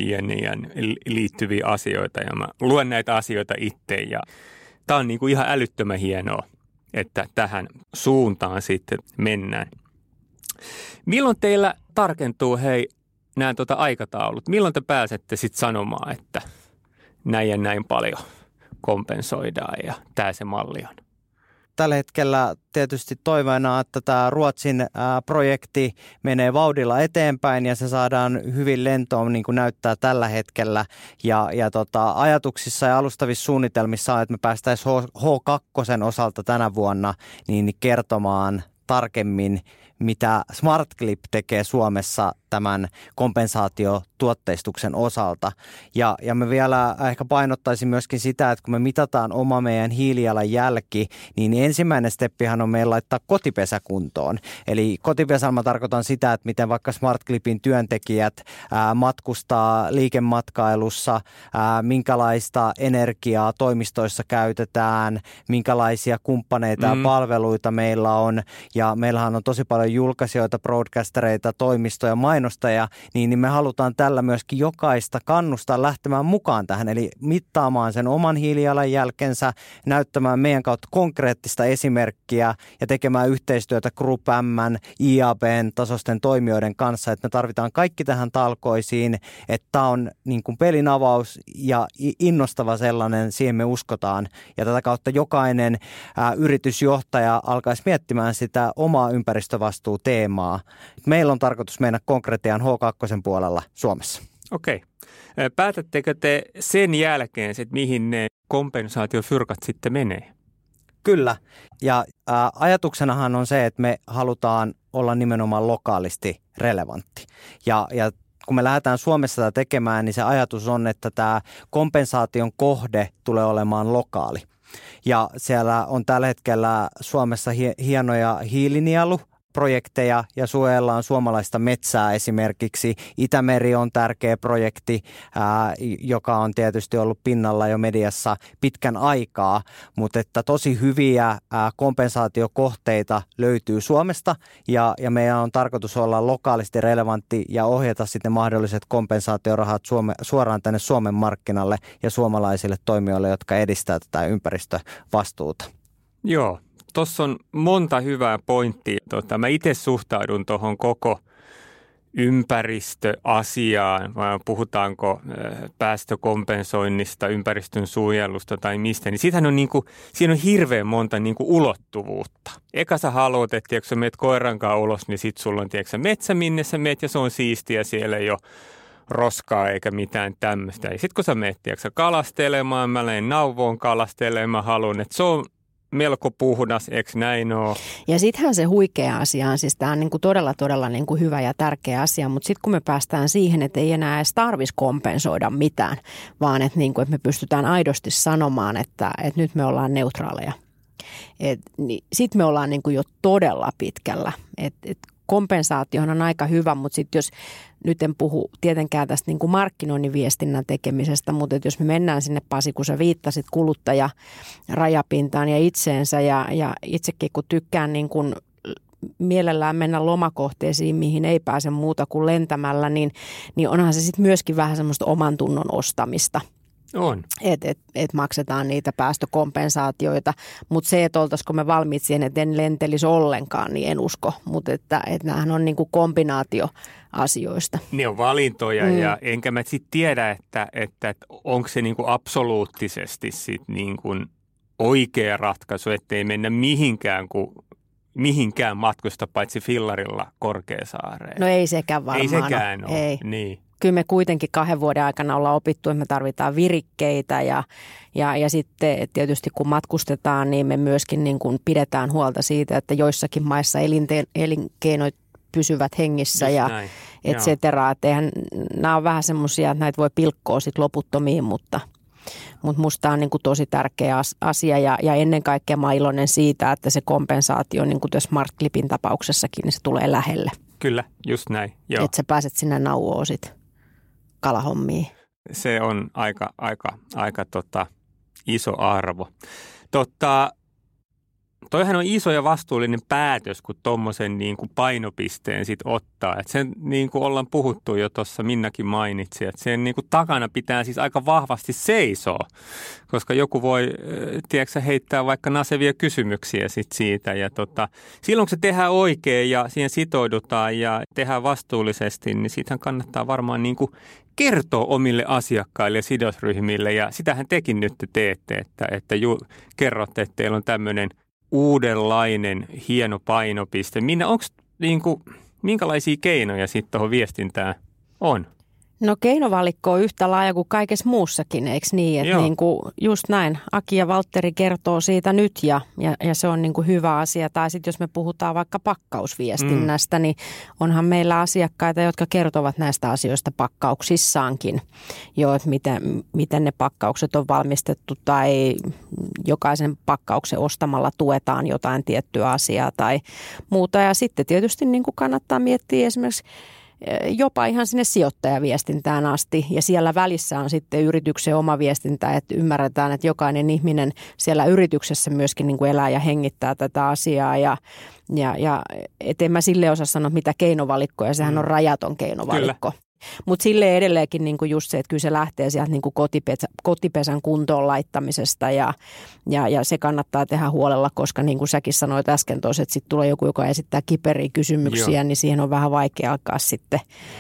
[SPEAKER 4] liittyviä asioita ja mä luen näitä asioita itse ja tää on ihan älyttömän hienoa, että tähän suuntaan sitten mennään. Milloin teillä tarkentuu nämä aikataulut? Milloin te pääsette sitten sanomaan, että näin ja näin paljon kompensoidaan ja tämä se malli on.
[SPEAKER 5] Tällä hetkellä tietysti toiveena, että tämä Ruotsin projekti menee vauhdilla eteenpäin ja se saadaan hyvin lentoon, niin kuin näyttää tällä hetkellä. Ja ajatuksissa ja alustavissa suunnitelmissa on, että me päästäisiin H2 osalta tänä vuonna niin kertomaan tarkemmin, mitä SmartClip tekee Suomessa tämän kompensaatiotuotteistuksen osalta. Ja me vielä ehkä painottaisin myöskin sitä, että kun me mitataan oma meidän hiilijalanjälki, niin ensimmäinen steppihan on meillä laittaa kotipesä kuntoon. Eli kotipesällä mä tarkoitan sitä, että miten vaikka SmartClipin työntekijät matkustaa liikematkailussa, minkälaista energiaa toimistoissa käytetään, minkälaisia kumppaneita ja palveluita meillä on. Ja meillähän on tosi paljon julkaisijoita, broadcastereita, toimistoja, mainostajia, niin me halutaan tällä myöskin jokaista kannustaa lähtemään mukaan tähän, eli mittaamaan sen oman hiilijalanjälkensä, näyttämään meidän kautta konkreettista esimerkkiä ja tekemään yhteistyötä Group M:n, IAB:n tasoisten toimijoiden kanssa, että me tarvitaan kaikki tähän talkoisiin, että tämä on niin kuin pelin avaus ja innostava sellainen, siihen me uskotaan, ja tätä kautta jokainen yritysjohtaja alkaisi miettimään sitä omaa ympäristövastuuteemaa. Meillä on tarkoitus mennä konkretiaan H2 puolella Suomessa.
[SPEAKER 4] Okei. Päätättekö te sen jälkeen, että mihin ne kompensaatiofyrkat sitten menee?
[SPEAKER 5] Kyllä. Ja ajatuksenahan on se, että me halutaan olla nimenomaan lokaalisti relevantti. Ja kun me lähdetään Suomessa tätä tekemään, niin se ajatus on, että tämä kompensaation kohde tulee olemaan lokaali. Ja siellä on tällä hetkellä Suomessa hienoja hiilinieluprojekteja ja suojellaan suomalaista metsää esimerkiksi. Itämeri on tärkeä projekti, joka on tietysti ollut pinnalla jo mediassa pitkän aikaa, mutta että tosi hyviä kompensaatiokohteita löytyy Suomesta ja meidän on tarkoitus olla lokaalisti relevantti ja ohjata sitten mahdolliset kompensaatiorahat suoraan tänne Suomen markkinalle ja suomalaisille toimijoille, jotka edistää tätä ympäristövastuuta.
[SPEAKER 4] Joo. Tuossa on monta hyvää pointtia. Mä itse suhtaudun tuohon koko ympäristöasiaan, vai puhutaanko päästökompensoinnista, ympäristön suojelusta tai mistä, niin siinä on hirveän monta ulottuvuutta. Eka sä haluat, että kun sä meet koirankaan ulos, niin sit sulla on metsä, minne sä meet ja se on siistiä, siellä ei ole roskaa eikä mitään tämmöistä. Ja sit kun sä meet kalastelemaan, mä lähden nauvoon kalastelemaan, mä haluan, että se on melko puhdas, eikö näin ole?
[SPEAKER 7] Ja sittenhän se huikea asia on, siis tämä on todella hyvä ja tärkeä asia, mutta sitten kun me päästään siihen, että ei enää edes tarvitsisi kompensoida mitään, vaan että me pystytään aidosti sanomaan, että nyt me ollaan neutraaleja. Niin sitten me ollaan jo todella pitkällä. Kompensaatio on aika hyvä, mutta sitten jos nyt en puhu tietenkään tästä markkinoinnin viestinnän tekemisestä, mutta jos me mennään sinne, Pasi, kun sä viittasit kuluttajarajapintaan ja itseensä ja itsekin kun tykkään mielellään mennä lomakohteisiin, mihin ei pääse muuta kuin lentämällä, niin onhan se sitten myöskin vähän semmoista oman tunnon ostamista.
[SPEAKER 4] On.
[SPEAKER 7] Et maksetaan niitä päästökompensaatioita, mutta se, että oltaisiko me valmiit siihen, että en lentelisi ollenkaan, niin en usko. Mutta että näähän on kombinaatio asioista.
[SPEAKER 4] Ne on valintoja ja enkä mä sitten tiedä, että onko se absoluuttisesti sit oikea ratkaisu, ettei mennä mihinkään matkusta paitsi fillarilla Korkeasaareen.
[SPEAKER 7] No ei sekään varmaan.
[SPEAKER 4] Ei sekään ole.
[SPEAKER 7] Ei.
[SPEAKER 4] Niin.
[SPEAKER 7] Kyllä me kuitenkin 2 vuoden aikana ollaan opittu, että me tarvitaan virikkeitä ja sitten tietysti kun matkustetaan, niin me myöskin pidetään huolta siitä, että joissakin maissa elinkeinot pysyvät hengissä ja et cetera. Että nämä on vähän semmoisia, että näitä voi pilkkoa sit loputtomiin, mutta musta on tosi tärkeä asia ja ennen kaikkea mä iloinen siitä, että se kompensaatio, niin kuin tässä SmartClipin tapauksessakin, niin se tulee lähelle.
[SPEAKER 4] Kyllä, just näin. Joo.
[SPEAKER 7] Että sä pääset sinne nauoon sit kalahommiin.
[SPEAKER 4] Se on aika iso arvo. toihan on iso ja vastuullinen päätös, kun tommosen niin kuin painopisteen sit ottaa. Et sen niin kuin ollaan puhuttu jo tuossa, Minnakin mainitsi, että sen niin kuin takana pitää siis aika vahvasti seisoa, koska joku voi, tiedätkö, heittää vaikka nasevia kysymyksiä sit siitä. Ja silloin kun se tehdään oikein ja siihen sitoudutaan ja tehdään vastuullisesti, niin siitähän kannattaa varmaan niin kuin kertoo omille asiakkaille ja sidosryhmille, ja sitähän tekin nyt teette, että kerrotte, että teillä on tämmöinen uudenlainen hieno painopiste. Minna, onko minkälaisia keinoja sitten tuohon viestintään on?
[SPEAKER 7] No keinovalikko on yhtä laaja kuin kaikessa muussakin, eikö niin? Että niin kuin just näin, Aki ja Valtteri kertoo siitä nyt ja se on niin kuin hyvä asia. Tai sitten jos me puhutaan vaikka pakkausviestinnästä, niin onhan meillä asiakkaita, jotka kertovat näistä asioista pakkauksissaankin. Jo, että miten ne pakkaukset on valmistettu tai jokaisen pakkauksen ostamalla tuetaan jotain tiettyä asiaa tai muuta. Ja sitten tietysti niin kuin kannattaa miettiä esimerkiksi jopa ihan sinne sijoittajaviestintään asti ja siellä välissä on sitten yrityksen oma viestintä, että ymmärretään, että jokainen ihminen siellä yrityksessä myöskin niin kuin elää ja hengittää tätä asiaa ja et en mä sille osaa sanoa mitä keinovalikko ja sehän on rajaton keinovalikko. Kyllä. Mutta silleen edelleenkin niinku just se, että kyllä se lähtee sieltä niinku kotipesän kuntoon laittamisesta ja se kannattaa tehdä huolella, koska niin kuin säkin sanoit äsken tuossa, että sitten tulee joku, joka esittää kiperiä kysymyksiä, niin siihen on vähän vaikea alkaa sitten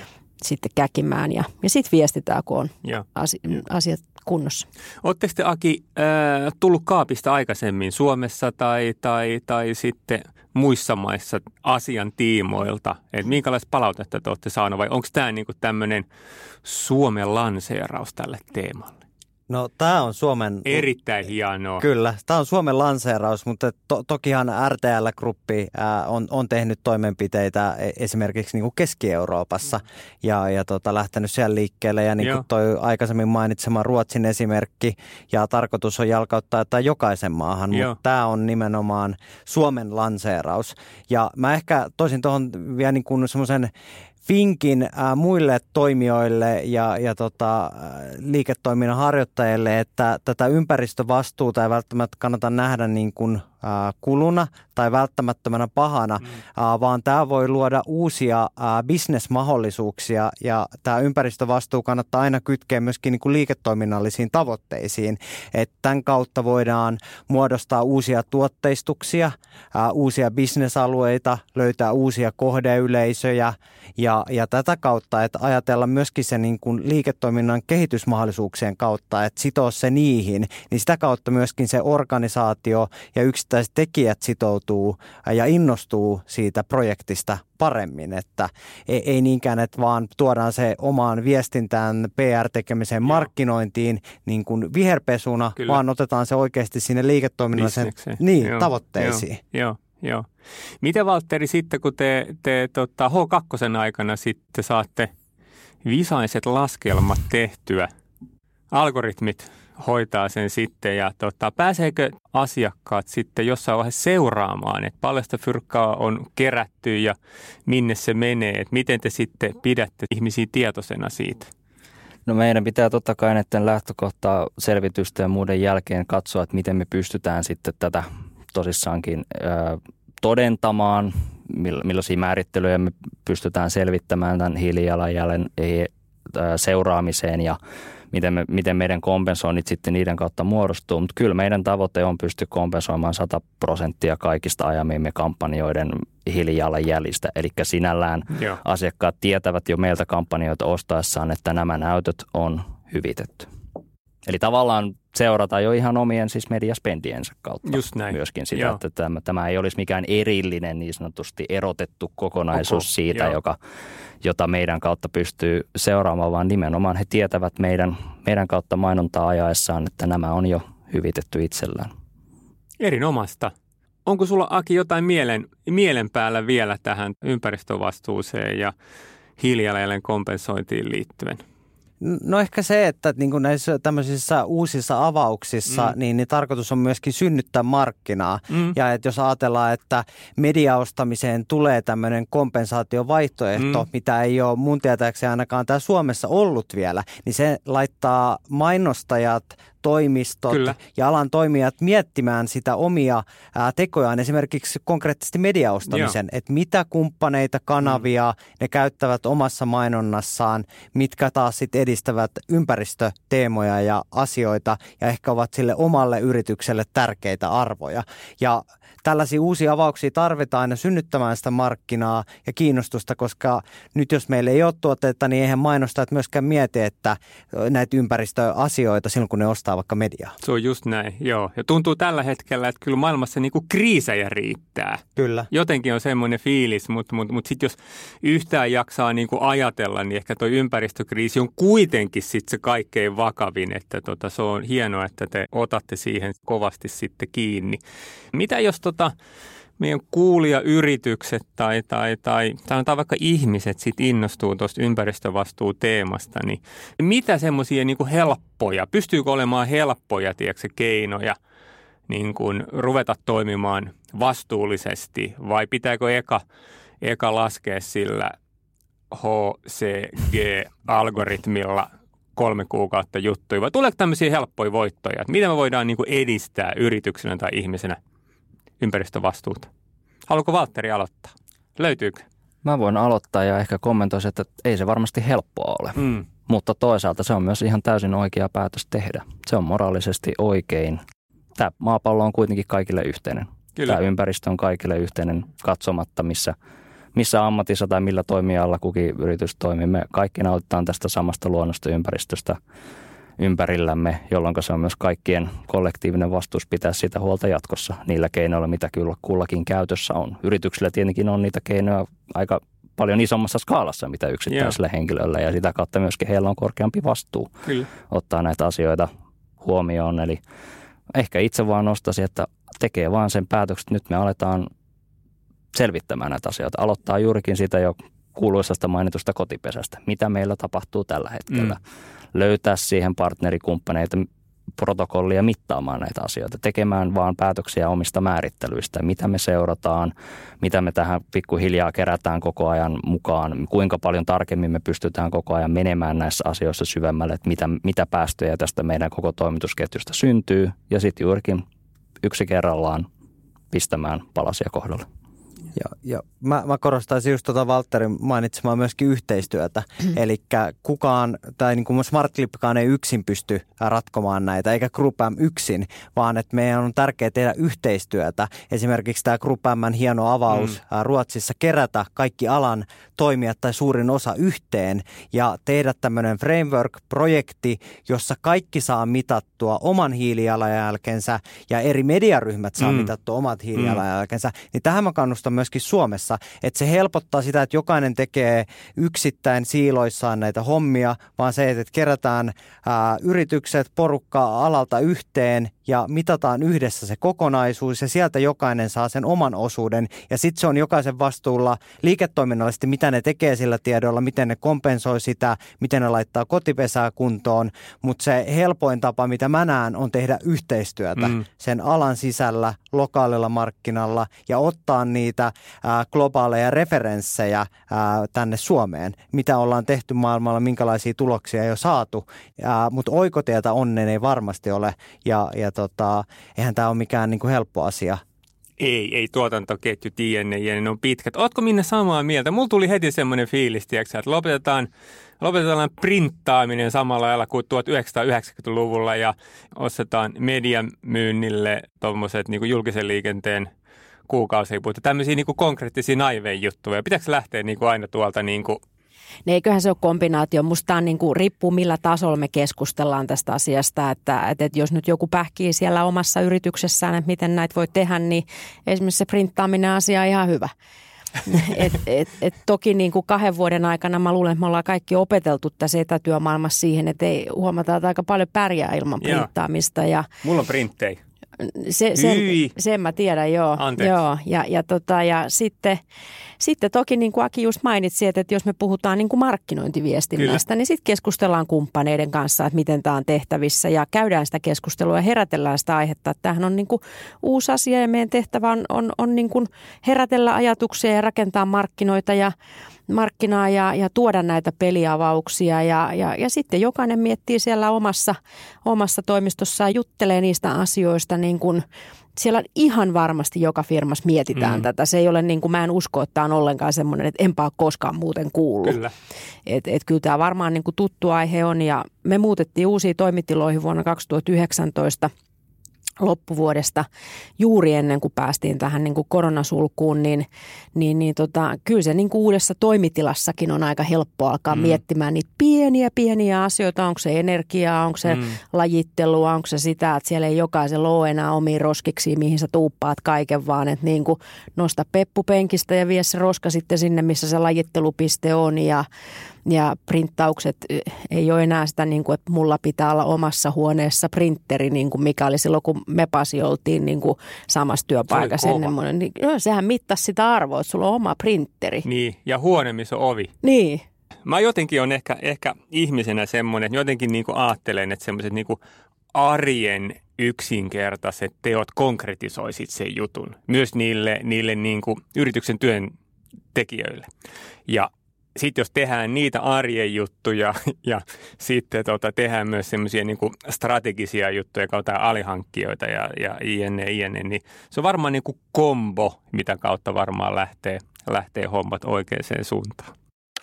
[SPEAKER 7] käkimään ja sitten viestitään, kun on asiat kunnossa.
[SPEAKER 4] Oletteko te, Aki, tullut kaapista aikaisemmin Suomessa tai sitten muissa maissa asian tiimoilta? Et minkälaista palautetta te olette saaneet vai onko tämä niinku tämmöinen Suomen lanseeraus tälle teemalle?
[SPEAKER 5] No tämä on Suomen...
[SPEAKER 4] Erittäin hienoa.
[SPEAKER 5] Kyllä, tämä on Suomen lanseeraus, mutta tokihan RTL-gruppi on tehnyt toimenpiteitä esimerkiksi niin kuin Keski-Euroopassa ja lähtenyt siellä liikkeelle. Ja niin kuin toi aikaisemmin mainitsema Ruotsin esimerkki ja tarkoitus on jalkauttaa jotain jokaisen maahan, mutta tämä on nimenomaan Suomen lanseeraus. Ja mä ehkä toisin tuohon vielä niin kuin semmoisen vinkin muille toimijoille ja liiketoiminnan harjoittajille, että tätä ympäristövastuuta ei välttämättä kannata nähdä niin kuin kuluna tai välttämättömänä pahana, vaan tämä voi luoda uusia bisnesmahdollisuuksia ja tämä ympäristövastuu kannattaa aina kytkeä myöskin niin kuin liiketoiminnallisiin tavoitteisiin. Että tämän kautta voidaan muodostaa uusia tuotteistuksia, uusia bisnesalueita, löytää uusia kohdeyleisöjä ja tätä kautta, että ajatella myöskin se niin kuin liiketoiminnan kehitysmahdollisuuksien kautta, että sitoo se niihin, niin sitä kautta myöskin se organisaatio ja yksittäiset tekijät sitoutuu ja innostuu siitä projektista paremmin, että ei niinkään, että vaan tuodaan se omaan viestintään, PR-tekemiseen, markkinointiin niin kuin viherpesuna, vaan otetaan se oikeasti sinne liiketoiminnalliseen tavoitteisiin.
[SPEAKER 4] Joo. Miten, Valtteri, sitten kun te H2 aikana sitten saatte visaiset laskelmat tehtyä, algoritmit hoitaa sen sitten ja pääseekö asiakkaat sitten jossain vaiheessa seuraamaan, että paljon sitä fyrkkaa on kerätty ja minne se menee, että miten te sitten pidätte ihmisiä tietoisena siitä?
[SPEAKER 6] No meidän pitää totta kai näiden lähtökohtaa selvitysten ja muiden jälkeen katsoa, että miten me pystytään sitten tätä tosissaankin todentamaan, millaisia määrittelyjä me pystytään selvittämään tämän hiilijalanjäljen seuraamiseen ja miten meidän kompensoinnit sitten niiden kautta muodostuu. Mutta kyllä meidän tavoite on pystyä kompensoimaan 100% kaikista ajamiimme kampanjoiden hiilijalanjäljistä. Eli sinällään asiakkaat tietävät jo meiltä kampanjoita ostaessaan, että nämä näytöt on hyvitetty. Eli tavallaan seurataan jo ihan omien siis mediaspendiensä kautta myöskin sitä, että tämä ei olisi mikään erillinen niin sanotusti erotettu kokonaisuus siitä, jota meidän kautta pystyy seuraamaan, vaan nimenomaan he tietävät meidän kautta mainontaa ajaessaan, että nämä on jo hyvitetty itsellään.
[SPEAKER 4] Erinomaista. Onko sulla, Aki, jotain mielen päällä vielä tähän ympäristövastuuseen ja hiilijalanjäljen kompensointiin liittyen?
[SPEAKER 5] No ehkä se, että niin kuin näissä tämmöisissä uusissa avauksissa, niin tarkoitus on myöskin synnyttää markkinaa. Ja että jos ajatellaan, että mediaostamiseen tulee tämmöinen kompensaatiovaihtoehto, mitä ei ole mun tietääkseni ainakaan täällä Suomessa ollut vielä, niin se laittaa mainostajat toimistot
[SPEAKER 4] Kyllä.
[SPEAKER 5] ja alan toimijat miettimään sitä omia tekojaan, esimerkiksi konkreettisesti mediaostamisen, että mitä kumppaneita, kanavia ne käyttävät omassa mainonnassaan, mitkä taas sitten edistävät ympäristöteemoja ja asioita ja ehkä ovat sille omalle yritykselle tärkeitä arvoja. Ja tällaisia uusia avauksia tarvitaan aina synnyttämään sitä markkinaa ja kiinnostusta, koska nyt jos meillä ei ole tuotteita, niin eihän mainostajat myöskään mieti, että näitä ympäristöasioita silloin, kun ne ostaa vaikka mediaa.
[SPEAKER 4] Se on just näin, joo. Ja tuntuu tällä hetkellä, että kyllä maailmassa niinku kriisejä riittää.
[SPEAKER 5] Kyllä.
[SPEAKER 4] Jotenkin on semmoinen fiilis, mutta sitten jos yhtään jaksaa niinku ajatella, niin ehkä tuo ympäristökriisi on kuitenkin sitten se kaikkein vakavin, että se on hienoa, että te otatte siihen kovasti sitten kiinni. Mitä jos meidän kuulijayritykset tai sanotaan vaikka ihmiset sit innostuu tuosta ympäristövastuuteemasta, niin mitä semmoisia niinku helppoja, pystyykö olemaan helppoja keinoja niin kuin ruveta toimimaan vastuullisesti vai pitääkö eka laskea sillä HCG-algoritmilla 3 kuukautta juttuja vai tuleeko tämmöisiä helppoja voittoja, että miten me voidaan niinku edistää yrityksenä tai ihmisenä ympäristövastuuta? Haluatko Valtteri aloittaa? Löytyykö?
[SPEAKER 6] Mä voin aloittaa ja ehkä kommentoisin, että ei se varmasti helppoa ole. Mutta toisaalta se on myös ihan täysin oikea päätös tehdä. Se on moraalisesti oikein. Tämä maapallo on kuitenkin kaikille yhteinen.
[SPEAKER 4] Kyllä.
[SPEAKER 6] Tämä ympäristö on kaikille yhteinen katsomatta, missä ammatissa tai millä toimialalla kukin yritys toimii. Me kaikki nautitaan tästä samasta luonnosta ympäristöstä ympärillämme, jolloin se on myös kaikkien kollektiivinen vastuus pitää sitä huolta jatkossa niillä keinoilla, mitä kyllä kullakin käytössä on. Yrityksillä tietenkin on niitä keinoja aika paljon isommassa skaalassa, mitä yksittäisellä henkilöllä, ja sitä kautta myöskin heillä on korkeampi vastuu ottaa näitä asioita huomioon. Eli ehkä itse vaan nostaisin, että tekee vaan sen päätöksen, että nyt me aletaan selvittämään näitä asioita. Aloittaa juurikin sitä jo kuuluisasta mainitusta kotipesästä. Mitä meillä tapahtuu tällä hetkellä? Löytää siihen partnerikumppaneita, protokollia mittaamaan näitä asioita. Tekemään vaan päätöksiä omista määrittelyistä. Mitä me seurataan, mitä me tähän pikkuhiljaa kerätään koko ajan mukaan. Kuinka paljon tarkemmin me pystytään koko ajan menemään näissä asioissa syvemmälle. Että mitä päästöjä tästä meidän koko toimitusketjusta syntyy. Ja sitten juurikin yksi kerrallaan pistämään palasia kohdalle.
[SPEAKER 5] Ja mä korostaisin just Valtterin mainitsemaan myöskin yhteistyötä. Eli kukaan, tai niin kuin SmartClipkaan ei yksin pysty ratkomaan näitä, eikä GroupM yksin, vaan että meidän on tärkeää tehdä yhteistyötä. Esimerkiksi tämä GroupM:n hieno avaus Ruotsissa kerätä kaikki alan toimijat tai suurin osa yhteen ja tehdä tämmöinen framework-projekti, jossa kaikki saa mitattua oman hiilijalanjälkensä ja eri mediaryhmät saa mitattua omat hiilijalanjälkensä. Niin tähän mä kannustan myöskin Suomessa, että se helpottaa sitä, että jokainen tekee yksittäin siiloissaan näitä hommia, vaan se, että kerätään yritykset, porukka alalta yhteen ja mitataan yhdessä se kokonaisuus ja sieltä jokainen saa sen oman osuuden ja sitten se on jokaisen vastuulla liiketoiminnallisesti, mitä ne tekee sillä tiedolla, miten ne kompensoi sitä, miten ne laittaa kotipesää kuntoon, mutta se helpoin tapa, mitä mä näen, on tehdä yhteistyötä sen alan sisällä, lokaalilla markkinalla ja ottaa niitä globaaleja referenssejä tänne Suomeen, mitä ollaan tehty maailmalla, minkälaisia tuloksia jo saatu, mutta oikotietä onnen ei varmasti ole ja eihän tämä ole mikään niin kuin helppo asia.
[SPEAKER 4] Ei tuotantoketjut ne on pitkät. Ootko Minna samaa mieltä? Mulla tuli heti semmoinen fiilis, tiiäksä, että lopetetaan printtaaminen samalla lailla kuin 1990-luvulla ja ostetaan median myynnille tuommoiset niin kuin julkisen liikenteen kuukausipuita. Tämmöisiä niin kuin konkreettisia naiveja juttuja. Pitääkö lähteä niin kuin aina tuolta niin kuin
[SPEAKER 7] eiköhän se ole kombinaatio. Musta tämä niin kuin riippuu millä tasolla me keskustellaan tästä asiasta, että jos nyt joku pähkii siellä omassa yrityksessään, että miten näitä voi tehdä, niin esimerkiksi se printtaaminen asia on ihan hyvä. Toki niin kuin 2 vuoden aikana mä luulen, että me ollaan kaikki opeteltu tässä etätyömaailmassa siihen, että ei huomata, että aika paljon pärjää ilman printtaamista. Ja
[SPEAKER 4] mulla on printtejä.
[SPEAKER 7] Sen mä tiedän, joo. Joo. Ja sitten toki niin kuin Aki just mainitsi, että jos me puhutaan niin kuin markkinointiviestinnästä, niin sitten keskustellaan kumppaneiden kanssa, että miten tämä on tehtävissä ja käydään sitä keskustelua ja herätellään sitä aihetta. Että tämähän on niin kuin uusi asia ja meidän tehtävä on niin kuin herätellä ajatuksia ja rakentaa markkinoita markkinaa ja tuoda näitä peliavauksia ja sitten jokainen miettii siellä omassa toimistossaan, juttelee niistä asioista niin kuin siellä ihan varmasti joka firmassa mietitään tätä. Se ei ole niin kuin, mä en usko, että tämä on ollenkaan semmoinen, että enpä ole koskaan muuten kuullut.
[SPEAKER 4] Kyllä.
[SPEAKER 7] Kyllä tämä varmaan niin kuin tuttu aihe on ja me muutettiin uusiin toimitiloihin vuonna 2019 loppuvuodesta juuri ennen kuin päästiin tähän niin kuin koronasulkuun, niin kyllä se niin kuin uudessa toimitilassakin on aika helppo alkaa miettimään niitä pieniä asioita. Onko se energiaa, onko se lajittelua, onko se sitä, että siellä ei jokaisella ole enää omia roskiksi, mihin sä tuuppaat kaiken, vaan että niin kuin nosta peppupenkistä ja vie se roska sitten sinne, missä se lajittelupiste on ja printtaukset ei ole enää sitä, niin kuin, että mulla pitää olla omassa huoneessa printeri, niin kuin mikä oli silloin, kun me Pasi oltiin niin kuin samassa työpaikassa. Niin, sehän mittasi sitä arvoa, että sulla on oma printeri.
[SPEAKER 4] Niin, ja huone, missä on ovi.
[SPEAKER 7] Niin.
[SPEAKER 4] Mä jotenkin on ehkä ihmisenä semmoinen, että jotenkin niin kuin ajattelen, että semmoiset niin kuin arjen yksinkertaiset teot konkretisoisit sen jutun. Myös niille niin kuin yrityksen työntekijöille. Ja sitten jos tehdään niitä arjen juttuja ja sitten tehdään myös semmoisia niin kuin strategisia juttuja kautta alihankkijoita ja jne, niin se on varmaan niin kuin kombo, mitä kautta varmaan lähtee hommat oikeaan suuntaan.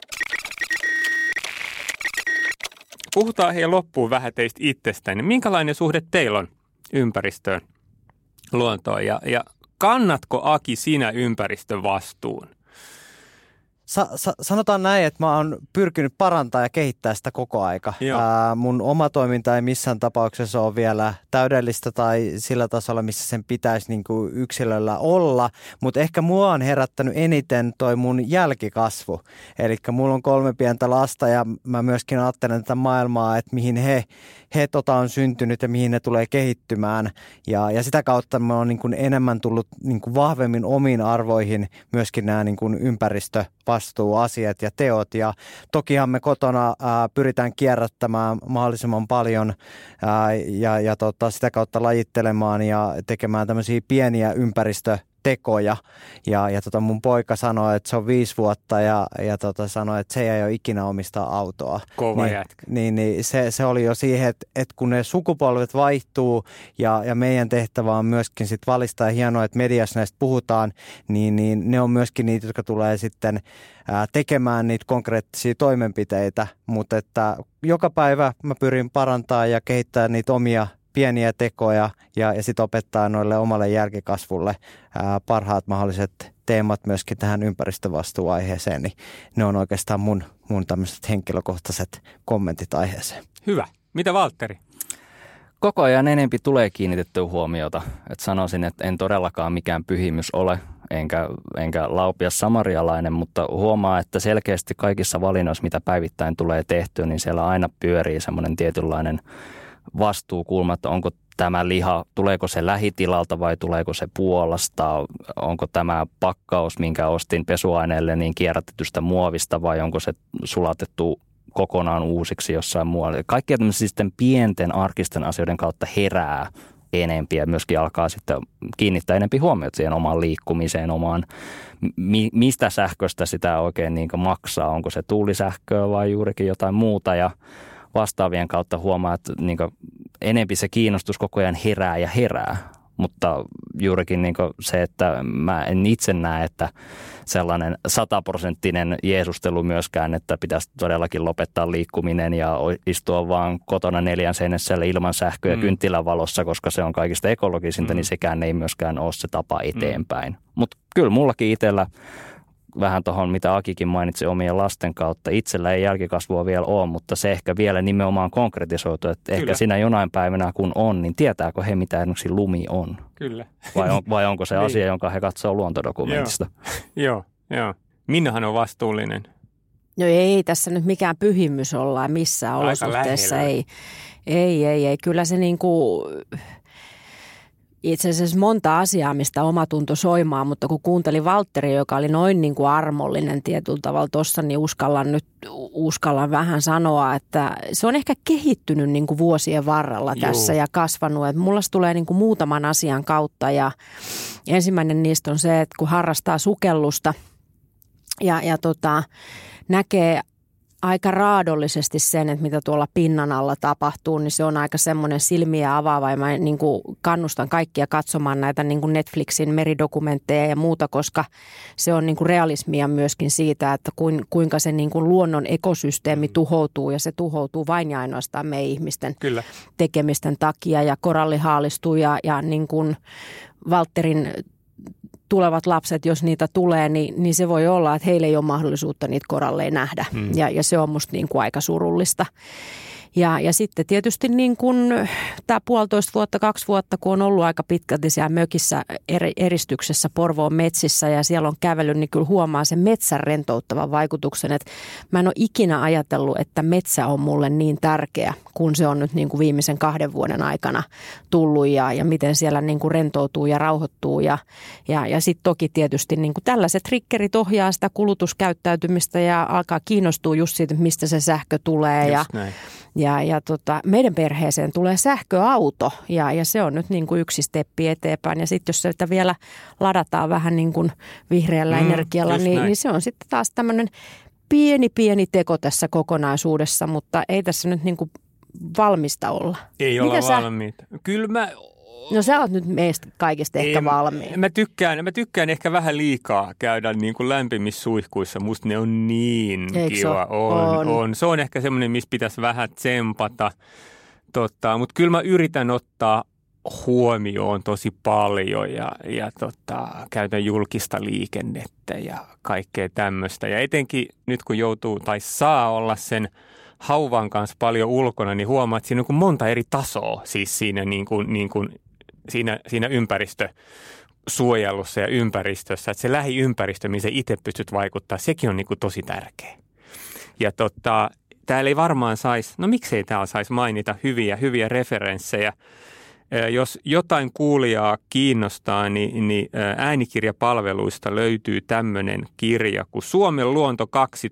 [SPEAKER 4] Puhutaan loppuun vähän teistä itsestään. Minkälainen suhde teillä on ympäristöön, luontoon ja kannatko Aki sinä ympäristövastuun?
[SPEAKER 5] Sanotaan näin, että mä oon pyrkinyt parantaa ja kehittää sitä koko aika. Mun oma toiminta ei missään tapauksessa ole vielä täydellistä tai sillä tasolla, missä sen pitäisi niin kuin yksilöllä olla, mutta ehkä mua on herättänyt eniten toi mun jälkikasvu. Eli mulla on 3 pientä lasta ja mä myöskin ajattelen tätä maailmaa, että mihin he on syntynyt ja mihin ne tulee kehittymään. Ja sitä kautta mä oon niin kuin enemmän tullut niin kuin vahvemmin omiin arvoihin myöskin nämä niin kuin ympäristövastuuasiat ja teot. Ja tokihan me kotona pyritään kierrättämään mahdollisimman paljon ja sitä kautta lajittelemaan ja tekemään tämmöisiä pieniä ympäristötekoja. Ja mun poika sanoi, että se on 5 vuotta ja sanoi, että se ei ole ikinä omistaa autoa.
[SPEAKER 4] Kova jätkä.
[SPEAKER 5] Niin se oli jo siihen, että kun ne sukupolvet vaihtuu ja meidän tehtävä on myöskin sit valistaa ja hienoa, että mediassa näistä puhutaan, niin ne on myöskin niitä, jotka tulee sitten tekemään niitä konkreettisia toimenpiteitä. Mutta että joka päivä mä pyrin parantaa ja kehittää niitä omia pieniä tekoja ja sitten opettaa noille omalle jälkikasvulle parhaat mahdolliset teemat myöskin tähän ympäristövastuuaiheeseen, niin ne on oikeastaan mun tämmöiset henkilökohtaiset kommentit aiheeseen.
[SPEAKER 4] Hyvä. Mitä Valtteri?
[SPEAKER 6] Koko ajan enempi tulee kiinnitettyä huomiota. Et sanoisin, että en todellakaan mikään pyhimys ole, enkä laupias samarialainen, mutta huomaa, että selkeästi kaikissa valinnoissa, mitä päivittäin tulee tehtyä, niin siellä aina pyörii semmoinen tietynlainen vastuukulma, että onko tämä liha, tuleeko se lähitilalta vai tuleeko se Puolasta, onko tämä pakkaus, minkä ostin pesuaineelle, niin kierrätetystä muovista vai onko se sulatettu kokonaan uusiksi jossain muualla. Kaikkia tämmöisten pienten arkisten asioiden kautta herää enempi ja myöskin alkaa sitten kiinnittää enempi huomiota siihen omaan liikkumiseen, omaan mistä sähköstä sitä oikein niin kuin maksaa, onko se tuulisähköä vai juurikin jotain muuta ja vastaavien kautta huomaa, että niin kuin enempi se kiinnostus koko ajan herää. Mutta juurikin niin kuin se, että mä en itse näe, että sellainen 100% jeesustelu myöskään, että pitäisi todellakin lopettaa liikkuminen ja istua vaan kotona 4 seinässä ilman sähköä kynttilävalossa, koska se on kaikista ekologisinta, niin sekään ei myöskään ole se tapa eteenpäin. Mutta kyllä mullakin itsellä vähän tuohon, mitä Akikin mainitsi omien lasten kautta. Itsellä ei jälkikasvua vielä ole, mutta se ehkä vielä nimenomaan konkretisoitu, että ehkä siinä jonain päivänä kun on, niin tietääkö he, mitä esimerkiksi lumi on?
[SPEAKER 4] Kyllä.
[SPEAKER 6] Vai onko se asia, jonka he katsoo luontodokumentista?
[SPEAKER 4] Joo. Minnahan on vastuullinen.
[SPEAKER 7] No ei tässä nyt mikään pyhimys olla missään olosuhteessa. Ei. Kyllä se niinku itse asiassa monta asiaa, mistä omatunto soimaa, mutta kun kuuntelin Valtteria, joka oli noin niin kuin armollinen tietyllä tavalla tuossa, niin uskallan vähän sanoa, että se on ehkä kehittynyt niin kuin vuosien varrella tässä ja kasvanut. Että mulla tulee niin kuin muutaman asian kautta ja ensimmäinen niistä on se, että kun harrastaa sukellusta, ja näkee aika raadollisesti sen, että mitä tuolla pinnan alla tapahtuu, niin se on aika semmoinen silmiä avaava ja mä niin kuin kannustan kaikkia katsomaan näitä niin kuin Netflixin meridokumentteja ja muuta, koska se on niin kuin realismia myöskin siitä, että kuinka se niin kuin luonnon ekosysteemi tuhoutuu ja se tuhoutuu vain ja ainoastaan me ihmisten tekemisten takia ja koralli haalistuu ja niin kuin Valtterin tulevat lapset, jos niitä tulee, niin se voi olla, että heillä ei ole mahdollisuutta niitä koralleja nähdä. Ja se on musta niin kuin aika surullista. Ja sitten tietysti niin kuin tämä 1,5 vuotta, 2 vuotta, kun on ollut aika pitkälti siellä mökissä eristyksessä Porvoon metsissä ja siellä on kävellyt, niin kyllä huomaa sen metsän rentouttavan vaikutuksen. Että mä en ole ikinä ajatellut, että metsä on mulle niin tärkeä, kun se on nyt niin kuin viimeisen 2 vuoden aikana tullut ja miten siellä niin kuin rentoutuu ja rauhoittuu. Ja sitten toki tietysti niin kuin tällaiset triggerit ohjaa sitä kulutuskäyttäytymistä ja alkaa kiinnostua just siitä, mistä se sähkö tulee. Ja meidän perheeseen tulee sähköauto ja se on nyt niin kuin yksi steppi eteenpäin. Ja sitten jos sitä vielä ladataan vähän niin kuin vihreällä energialla, niin se on sitten taas tämmöinen pieni teko tässä kokonaisuudessa, mutta ei tässä nyt niin kuin valmista olla.
[SPEAKER 4] Ei olla valmiita. Kyllä mä...
[SPEAKER 7] No sä oot nyt meistä kaikista ehkä valmiin.
[SPEAKER 4] Mä tykkään ehkä vähän liikaa käydä niin kuin lämpimissä suihkuissa. Musta ne on niin kiva. On. Se on ehkä semmoinen, missä pitäisi vähän tsempata. Mutta kyllä mä yritän ottaa huomioon tosi paljon ja käytän julkista liikennettä ja kaikkea tämmöistä. Ja etenkin nyt kun joutuu tai saa olla sen hauvan kanssa paljon ulkona, niin huomaa, että siinä on monta eri tasoa siis siinä siinä ympäristösuojelussa ja ympäristössä, että se lähiympäristö, mihin sä itse pystyt vaikuttaa, sekin on niin kuin tosi tärkeä. Ja täällä ei varmaan saisi, no miksei täällä saisi mainita hyviä referenssejä. Jos jotain kuulijaa kiinnostaa, niin äänikirjapalveluista löytyy tämmöinen kirja kuin Suomen luonto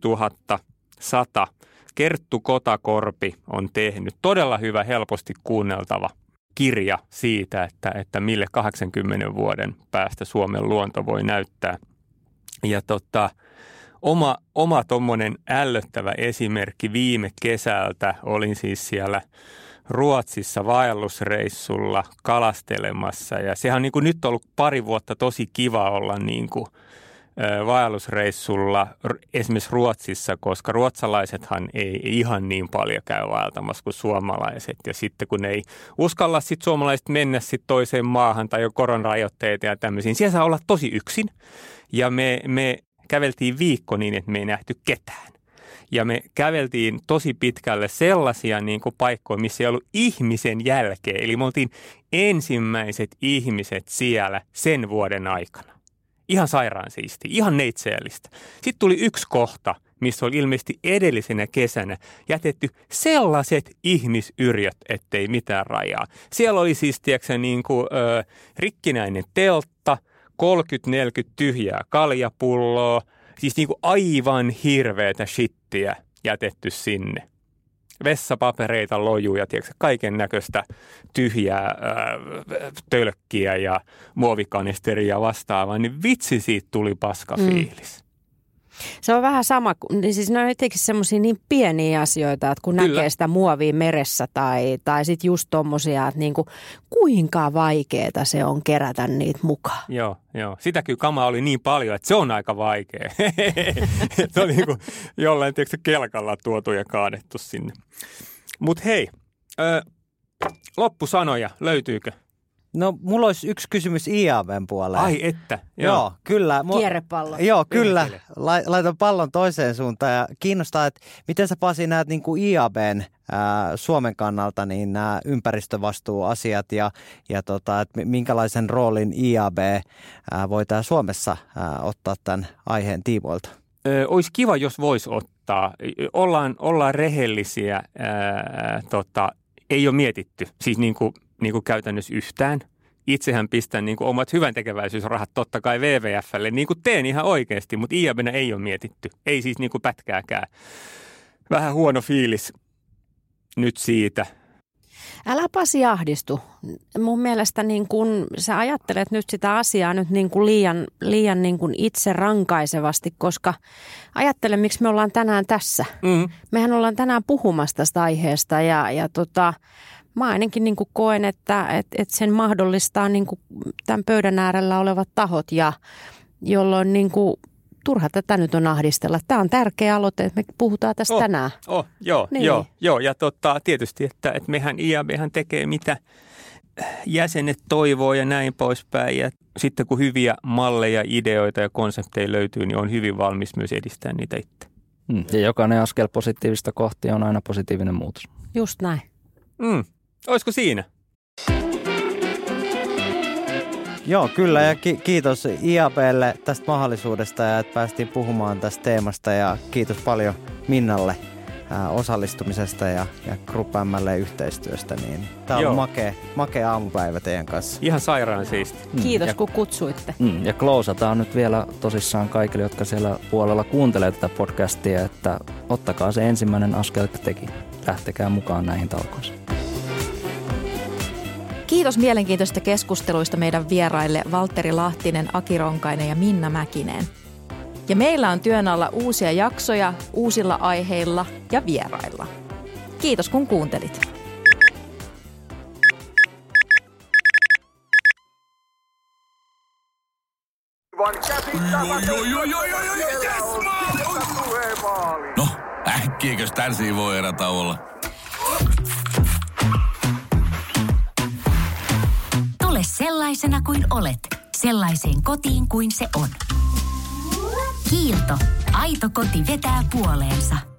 [SPEAKER 4] 2100. Kerttu Kotakorpi on tehnyt todella hyvä, helposti kuunneltava kirja siitä, että mille 80 vuoden päästä Suomen luonto voi näyttää. Ja oma tommonen ällöttävä esimerkki viime kesältä, olin siis siellä Ruotsissa vaellusreissulla kalastelemassa ja sehän on niin kuin nyt ollut 2 vuotta tosi kiva olla niin kuin vaellusreissulla esimerkiksi Ruotsissa, koska ruotsalaisethan ei ihan niin paljon käy vaeltamassa kuin suomalaiset. Ja sitten kun ei uskalla sitten suomalaiset mennä sitten toiseen maahan tai jo koronarajoitteita ja tämmöisiin, siellä saa olla tosi yksin. Ja me käveltiin viikko niin, että me ei nähty ketään. Ja me käveltiin tosi pitkälle sellaisia niin kuin paikkoja, missä ei ollut ihmisen jälkeä. Eli me oltiin ensimmäiset ihmiset siellä sen vuoden aikana. Ihan sairaan siistiä, ihan neitseellistä. Sitten tuli yksi kohta, missä oli ilmeisesti edellisenä kesänä jätetty sellaiset ihmisyrjöt, ettei mitään rajaa. Siellä oli siis, tiedätkö, niin kuin rikkinäinen teltta, 30-40 tyhjää kaljapulloa, siis niin kuin aivan hirveätä shittiä jätetty sinne. Vessapapereita, lojuja, tiedätkö, kaiken näköistä tyhjää tölkkiä ja muovikanisteria vastaavaa, niin vitsi siitä tuli paska fiilis.
[SPEAKER 7] Se on vähän sama, siis ne on jotenkin semmoisia niin pieniä asioita, että kun näkee sitä muovia meressä tai sitten just tommosia, että niinku, kuinka vaikeeta se on kerätä niitä mukaan.
[SPEAKER 4] Joo. Sitäkin kamaa oli niin paljon, että se on aika vaikea. Se on niinku jollain kelkalla tuotu ja kaadettu sinne. Mutta hei, loppusanoja löytyykö?
[SPEAKER 5] No, mulla olisi yksi kysymys IAB:n puoleen.
[SPEAKER 4] Ai että,
[SPEAKER 5] joo. Kyllä.
[SPEAKER 7] Kierrepallo.
[SPEAKER 5] Joo, kyllä. Laitan pallon toiseen suuntaan ja kiinnostaa, että miten sä Pasi näet niin kuin IAB:n Suomen kannalta niin nämä ympäristövastuuasiat ja että minkälaisen roolin IAB voi tää Suomessa ottaa tämän aiheen tiimoilta?
[SPEAKER 4] Olisi kiva, jos voisi ottaa. Ollaan rehellisiä, ei ole mietitty, siis niin kuin käytännössä yhtään. Itsehän pistän niin kuin omat hyväntekeväisyysrahat totta kai WWF:lle, niin kuin teen ihan oikeasti, mutta IAB:nä ei ole mietitty. Ei siis niin kuin pätkääkään. Vähän huono fiilis nyt siitä.
[SPEAKER 7] Äläpäs ahdistu. Mun mielestä niin kun sä ajattelet nyt sitä asiaa nyt niin kuin liian niin kuin itse rankaisevasti, koska ajattele, miksi me ollaan tänään tässä. Mehän ollaan tänään puhumassa tästä aiheesta ja mä ainakin niin kuin koen, että sen mahdollistaa niin kuin tämän pöydän äärellä olevat tahot ja jolloin niin kuin turha tätä nyt on ahdistella. Tämä on tärkeä aloite, että me puhutaan tästä tänään.
[SPEAKER 4] Joo. Ja tietysti, että mehän IABhän tekee mitä jäsenet toivoo ja näin poispäin. Ja sitten kun hyviä malleja, ideoita ja konsepteja löytyy, niin on hyvin valmis myös edistää niitä itse.
[SPEAKER 6] Ja jokainen askel positiivista kohti on aina positiivinen muutos.
[SPEAKER 7] Just näin.
[SPEAKER 4] Olisiko siinä?
[SPEAKER 5] Joo, kyllä ja kiitos IABlle tästä mahdollisuudesta ja että päästiin puhumaan tästä teemasta ja kiitos paljon Minnalle osallistumisesta ja Group M:lle yhteistyöstä. Niin tämä on ollut makea aamupäivä teidän kanssa.
[SPEAKER 4] Ihan sairaan siisti.
[SPEAKER 7] Kiitos kun kutsuitte.
[SPEAKER 6] Ja closeataan nyt vielä tosissaan kaikille, jotka siellä puolella kuuntelee tätä podcastia, että ottakaa se ensimmäinen askel teki. Lähtekää mukaan näihin talkoisiin.
[SPEAKER 3] Kiitos mielenkiintoisista keskusteluista meidän vieraille Valtteri Lahtinen, Aki Ronkainen ja Minna Mäkinen. Ja meillä on työn alla uusia jaksoja uusilla aiheilla ja vierailla. Kiitos kun kuuntelit.
[SPEAKER 8] No, äkkiäkös tän voi erätauolla?
[SPEAKER 2] Tule sellaisena kuin olet, sellaiseen kotiin kuin se on. Kiilto. Aito koti vetää puoleensa.